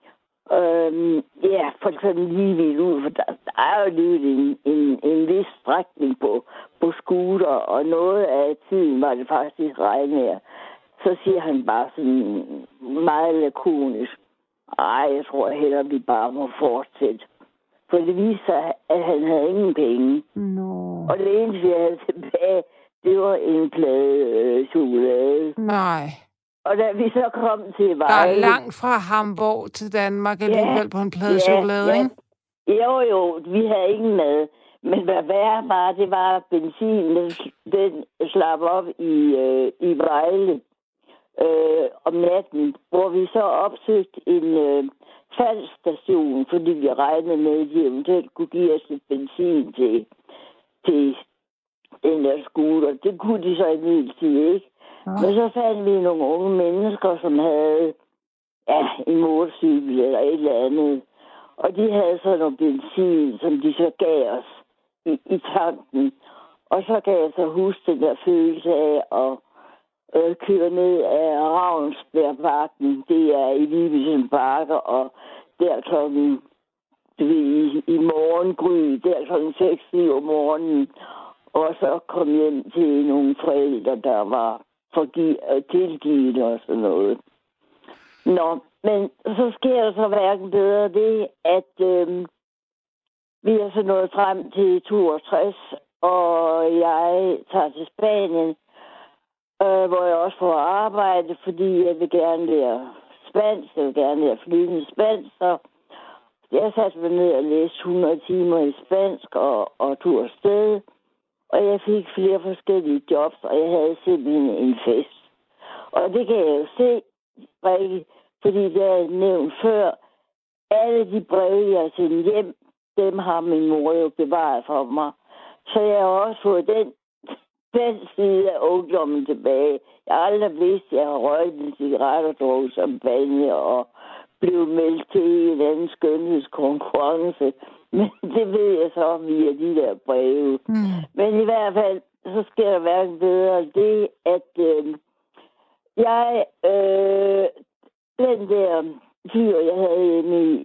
for eksempel lige vidt ud, for der er jo lige en vis strækning på scooter, og noget af tiden var det faktisk regnvejr. Så siger han bare sådan meget lakonisk, jeg tror hellere, vi bare må fortsætte. For det viste sig, at han havde ingen penge. No. Og det eneste, jeg havde tilbage, det var en plade chokolade. Nej. Og da vi så kom til Vejle... Der er langt fra Hamburg til Danmark alligevel på en plade chokolade, ikke? Jo, vi havde ingen mad. Men hvad værre var, det var, at benzinen, den slap op i Vejle om natten, hvor vi så opsøgte en salgsstation, fordi vi regnede med, at de eventuelt kunne give os et benzin til den der scooter. Det kunne de så imidlertid ikke. Ja. Men så fandt vi nogle unge mennesker, som havde en motorcykel eller et eller andet. Og de havde så noget benzin, som de så gav os i tanken. Og så gav jeg så huske den der følelse af at køre ned af Ravnsbjergbakken. Det er i Vibesen Bakker, og der klokken i morgengry, der klokken 6-7 om morgenen. Og så kom hjem til nogle forældre, der var tilgivet og sådan noget. Nå, men så sker der så hverken bedre det, at vi er så nået frem til 62, og jeg tager til Spanien, hvor jeg også får arbejde, fordi jeg vil gerne lære spansk, jeg vil gerne lære flydende spansk, så jeg satte mig ned og læste 100 timer i spansk og tog afsted. Og jeg fik flere forskellige jobs, og jeg havde simpelthen en fest. Og det kan jeg jo se, fordi det er nævnt før. Alle de breve, jeg har sendt hjem, dem har min mor jo bevaret for mig. Så jeg har også fået den side af ungdommen tilbage. Jeg har aldrig vidst, at jeg har røget en cigaret og drukket champagne og blev meldt til en anden skønhedskonkurrence. Men det ved jeg så via de der breve. Mm. Men i hvert fald, så sker der hverken bedre det, at den der fyr, jeg havde hjemme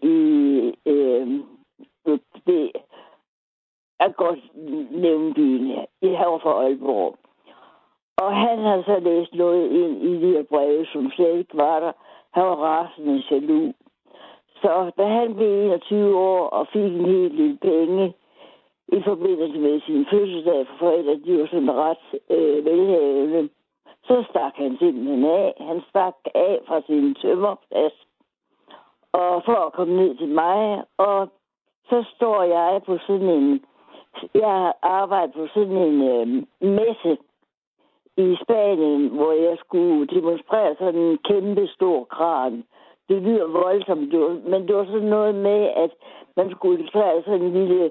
det er godt nævnt byen her. Jeg var fra Aalborg. Og han havde så læst noget ind i de her breve, som slet ikke var der. Han var rasende jaloux. Så da han blev 21 år og fik en helt lille penge i forbindelse med sin fødselsdag for forældre, de var sådan ret velhavende, så stak han simpelthen af. Han stak af fra sin tømmerplads og for at komme ned til mig. Og så står jeg på sådan en... Jeg arbejder på sådan en messe i Spanien, hvor jeg skulle demonstrere sådan en kæmpe stor kran. Det lyder voldsomt, men det var sådan noget med, at man skulle illustrere sådan en lille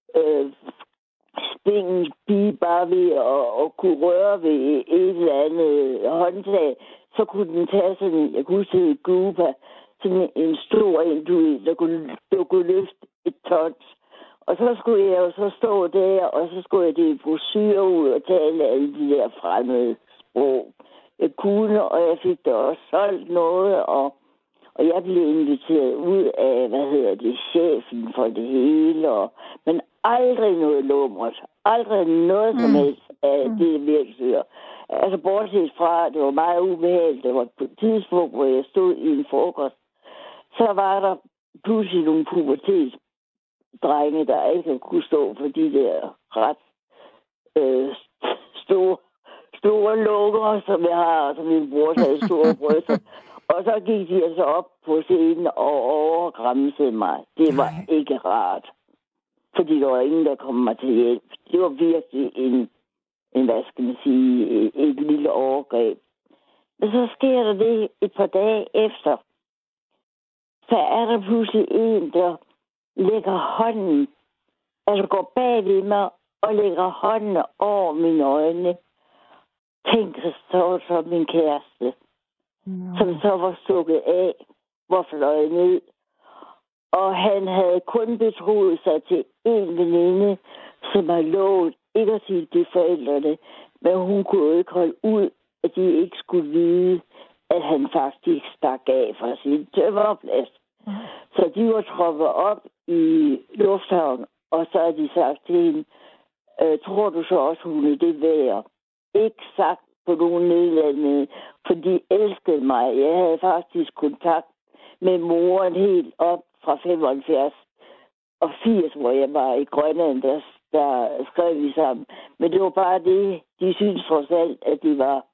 spingelbi bare ved at kunne røre ved et eller andet håndtag. Så kunne den tage sådan, jeg kunne huske i Cuba, sådan en stor en, der kunne løfte et tons. Og så skulle jeg jo så stå der, og så skulle jeg det brosyre ud og tale alle de der fremmede sprog. Jeg kunne, og jeg fik da også solgt noget, og jeg blev inviteret ud af, chefen for det hele, og Men aldrig noget lummert. Aldrig noget som helst af det virksomhed. Altså bortset fra, det var meget ubehageligt. Det var på et tidspunkt, hvor jeg stod i en frokost. Så var der pludselig nogle pubertetsdrenge, der ikke kunne stå for de der ret store lunger, som jeg har, og som min bror havde store bryster. Og så gik de altså op på scenen og overgræmsede mig. Det var ikke rart. Fordi der var ingen, der kom mig til hjælp. Det var virkelig en hvad skal man sige, et lille overgreb. Men så sker der det et par dage efter. Så er der pludselig en, der lægger hånden, altså går bag ved mig og lægger hånden over mine øjne. Tænk, så min kæreste, som så var stukket af, var fløjet ned. Og han havde kun betroet sig til en veninde, som har lovet ikke at sige det forældrene, men hun kunne jo ikke holde ud, at de ikke skulle vide, at han faktisk stak af fra sin tømmerplads. Så de var troppet op i lufthavn, og så har de sagt til hende, tror du så også, hun er det værd? Ikke sagt på nogen nedlandede, for de elskede mig. Jeg havde faktisk kontakt med moren helt op fra 75 og 80, hvor jeg var i Grønland, der skrev vi sammen. Men det var bare det, de syntes trods alt, at det var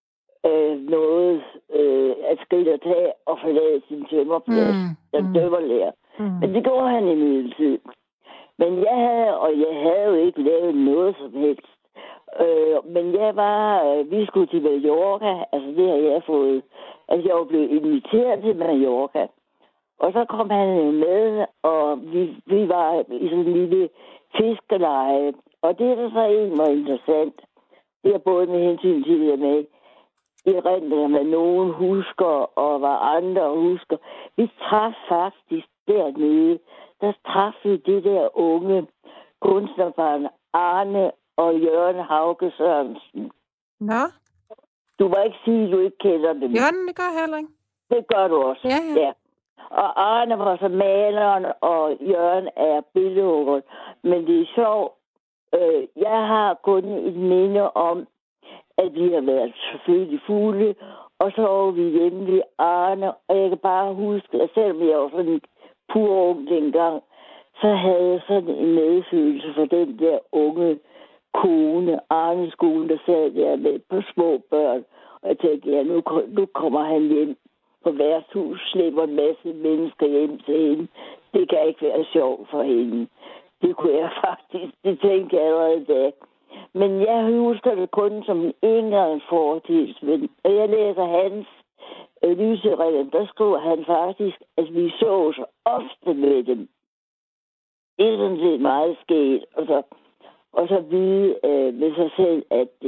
noget at skride og tage og forlade sin tømmerplads, den tømmerlærer. Men det gjorde han i midlertid. Men jeg havde jo ikke lavet noget som helst. Men vi skulle til Mallorca, altså det har jeg fået. Altså jeg var blevet inviteret til Mallorca. Og så kom han jo med, og vi var i sådan en lille fiskeleje. Og det, der så egentlig var interessant, det er både med hensyn til det med erindringer, hvad nogen husker, og hvad andre husker. Vi traf faktisk dernede, der traf vi det der unge kunstnerbarn Arne og Jørgen Hauge Sørensen. Nå? Du må ikke sige, at du ikke kender dem. Jørgen, det gør heller ikke. Det gør du også. Ja. Og Arne var så maleren, og Jørgen er billedhuggeren. Men det er sjovt. Jeg har kun et minde om, at vi har været selvfølgelig fulde, og så var vi hjemme ved Arne, og jeg kan bare huske, at selvom jeg var sådan en pur ung dengang, så havde jeg sådan en medfølelse for den der unge kone, Arnes kone, der sad der med på små børn. Og jeg tænkte, ja, nu kommer han hjem på værtshus, slipper en masse mennesker hjem til hende. Det kan ikke være sjovt for hende. Det kunne jeg faktisk, det tænkte jeg allerede da. Men jeg husker det kun som en engang fortidsven. Og jeg læser hans lysereden, der skriver han faktisk, at vi så så ofte med dem. Det er sådan set meget sket. Og så vide med sig selv,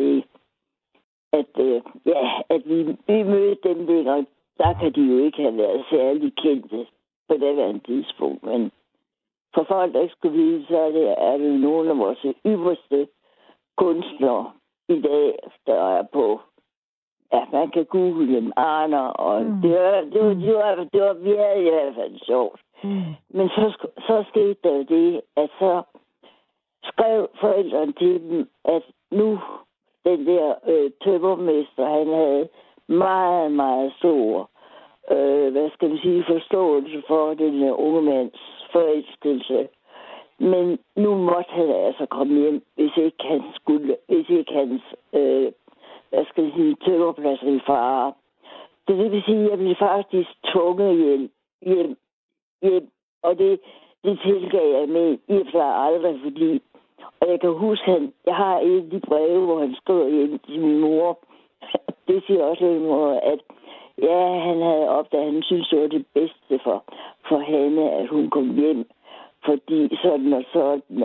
at vi mødte dem dengang. Der kan de jo ikke have været særlig kendte på det tidspunkt. Men for folk, der ikke skulle vide, så er det nogle af vores ypperste kunstnere i dag, der er på. Ja, man kan google dem, Arner, og det var virkelig i hvert fald sjovt. Men så skete der jo det, at så skrev forældrene til dem, at nu den der tømmermester, han havde meget, meget stor forståelse for den unge mands forelskelse. Men nu måtte han altså komme hjem, hvis ikke hans tømmerplads ville fare. Det vil sige, at jeg blev faktisk tvunget hjem. Og det tilgav jeg med i og for sig aldrig, fordi. Og jeg kan huske, jeg har et af de breve, hvor han skriver hjem til min mor. Det siger også lidt noget, at ja, han havde opdaget, at han synes, det var det bedste for hende, at hun kom hjem. Fordi sådan og sådan,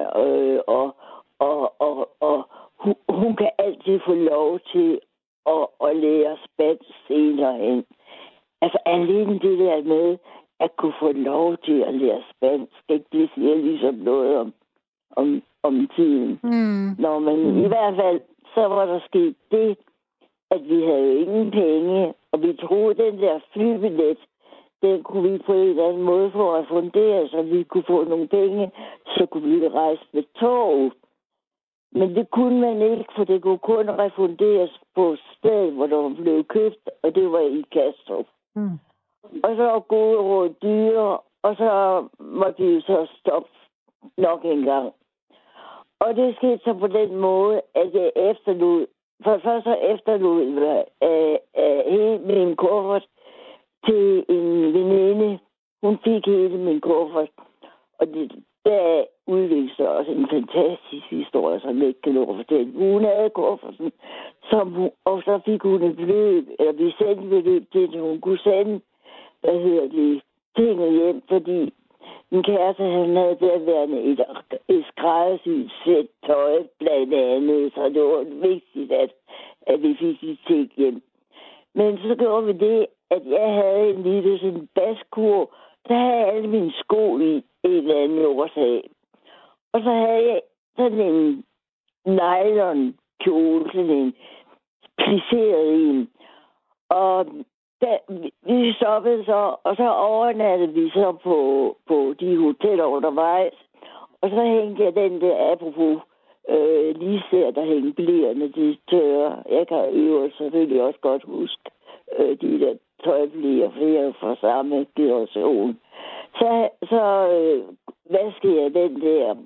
og hun kan altid få lov til at lære spansk senere hen. Altså alene det der med at kunne få lov til at lære spansk, det siger ligesom noget om tiden. Nå, men i hvert fald, så var der sket det, at vi havde jo ingen penge, og vi troede, den der flybillet, den kunne vi på en eller anden måde få refunderet, så vi kunne få nogle penge, så kunne vi rejse med tog. Men det kunne man ikke, for det kunne kun refunderes på et sted, hvor der blev købt, og det var i Kastrup. Mm. Og så var gode råd dyre, og så måtte vi jo så stoppe nok en gang. Og det skete så på den måde, at jeg efterlod, for først så efterlod hele min kuffert til en veninde. Hun fik hele min kuffert, og der udviklede sig også en fantastisk historie, som jeg ikke kan nå at fortælle. Hun havde kufferten, og så fik hun et beløb, eller vi sendte beløb til, at hun kunne sende, tinget hjem, fordi min kæreste, han havde derværende et skræddersyet sæt tøj, blandt andet, så det var vigtigt, at vi fik de ting hjem. Men så gjorde vi det, at jeg havde en lille sådan baskur, der havde alle mine sko i en eller anden årsag. Og så havde jeg sådan en nylon-kjole, sådan en plisseret en. Og vi stoppede så, og så overnattede vi så på de hoteller undervejs. Og så hængte jeg den der, apropos lige ser, der hængte blærene, de tørre. Jeg kan selvfølgelig også godt huske de der tøjblier, for jeg er fra samme generation. Så vaskede jeg den der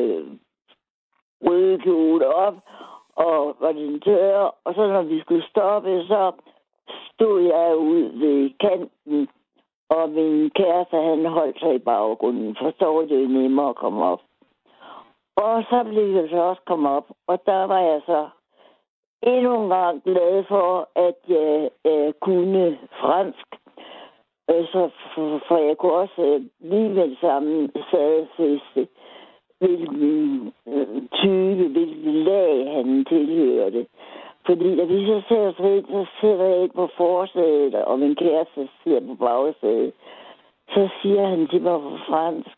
røde kjole op, og var den tørre. Og så når vi skulle stoppe, så stod jeg ud ved kanten, og min kæreste, han holdt sig i baggrunden, for så var det nemmere at komme op. Og så blev jeg så også kommet op, og der var jeg så endnu en gang glad for, at jeg kunne fransk. Så for jeg kunne også lige med det samme sadfæste, hvilken type, hvilken lag han tilhørte. Fordi da vi så ser os ind, så sidder jeg ind på forsædet, og min kæreste sidder på bagsædet. Så siger han til mig på fransk,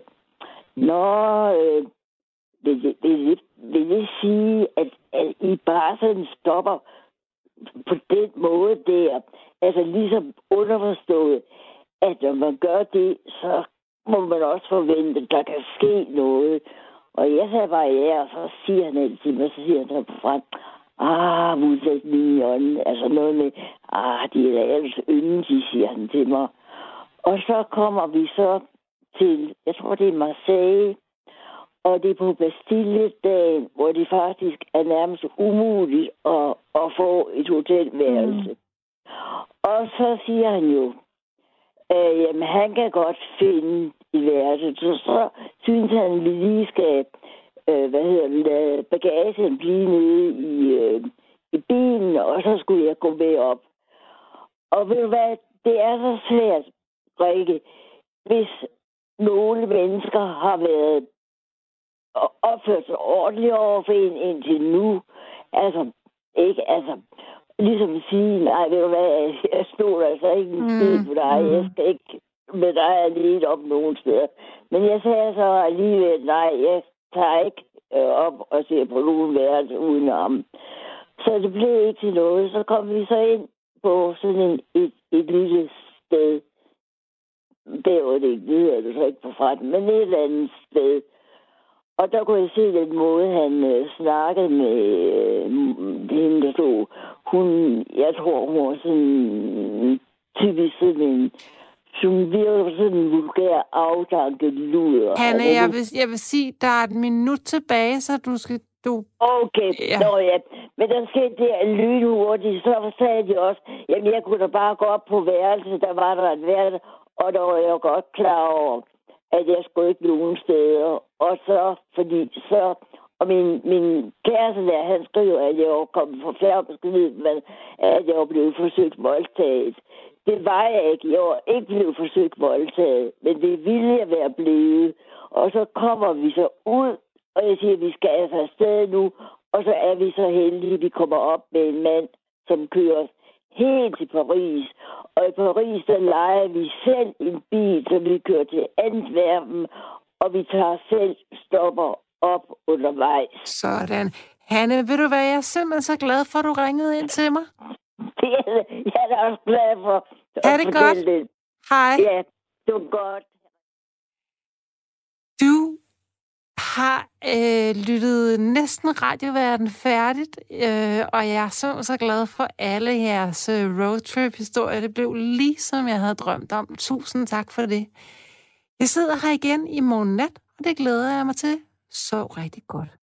vil det sige, at I bare sådan stopper på den måde der? Altså ligesom underforstået, at når man gør det, så må man også forvente, at der kan ske noget. Og jeg sagde bare ja, og så siger han altid, og så siger han så på fransk, modsætningen, altså noget med, de er da ellers yndige, siger han til mig. Og så kommer vi så til, jeg tror det er Marseille, og det er på Bastille-dagen, hvor det faktisk er nærmest umuligt at få et hotelværelse. Mm. Og så siger han jo, jamen han kan godt finde et værelse, så synes han, at vi lige skal lade bagagen blive nede i bilen, og så skulle jeg gå med op. Og ved du hvad, det er så svært, Rikke, hvis nogle mennesker har været opført sig ordentligt over for en indtil nu. Altså, ikke, altså, ligesom at sige, nej, ved du hvad, jeg stod altså ikke en skid på dig, jeg skal ikke med dig alene op nogen steder. Men jeg sagde så alligevel, nej, jeg tager ikke op og ser på nogen værelse uden ham. Så det blev ikke til noget. Så kom vi så ind på sådan et lille sted. Det var det ikke, det hedder det så ikke på fretten, men et eller andet sted. Og der kunne jeg se den måde, han snakkede med hende, der stod. Jeg tror, hun var sådan typisk sådan en, som virker sådan en vulgær aftanket luder. Hanne, jeg vil sige, der er et minut tilbage, så du skal... Okay, ja. Nå ja. Men der skete det lynhurtigt, så sagde de også, jamen jeg kunne da bare gå op på værelse, der var der et værelse, og der var jeg godt klar over, at jeg skulle ikke nogen steder. Og så, fordi så... Og min kæreste der, han skriver, at jeg var kommet for færdig, men at jeg var blevet forsøgt voldtaget. Det var jeg ikke. Jeg var ikke blevet forsøgt voldtaget, men det ville jeg være blevet. Og så kommer vi så ud, og jeg siger, at vi skal altså afsted nu. Og så er vi så heldige, at vi kommer op med en mand, som kører os helt til Paris. Og i Paris, der lejer vi selv en bil, så vi kører til Antwerpen, og vi tager selv stopper op undervejs. Sådan. Hanne, ved du hvad, jeg er simpelthen så glad for, at du ringede ind til mig. Jeg er da også glad for. Er det godt? Hej. Ja, det var godt. Du har lyttet næsten radioverden færdigt, og jeg er så glad for alle jeres roadtrip-historier. Det blev lige som jeg havde drømt om. Tusind tak for det. Jeg sidder her igen i morgen nat, og det glæder jeg mig til. Sov rigtig godt.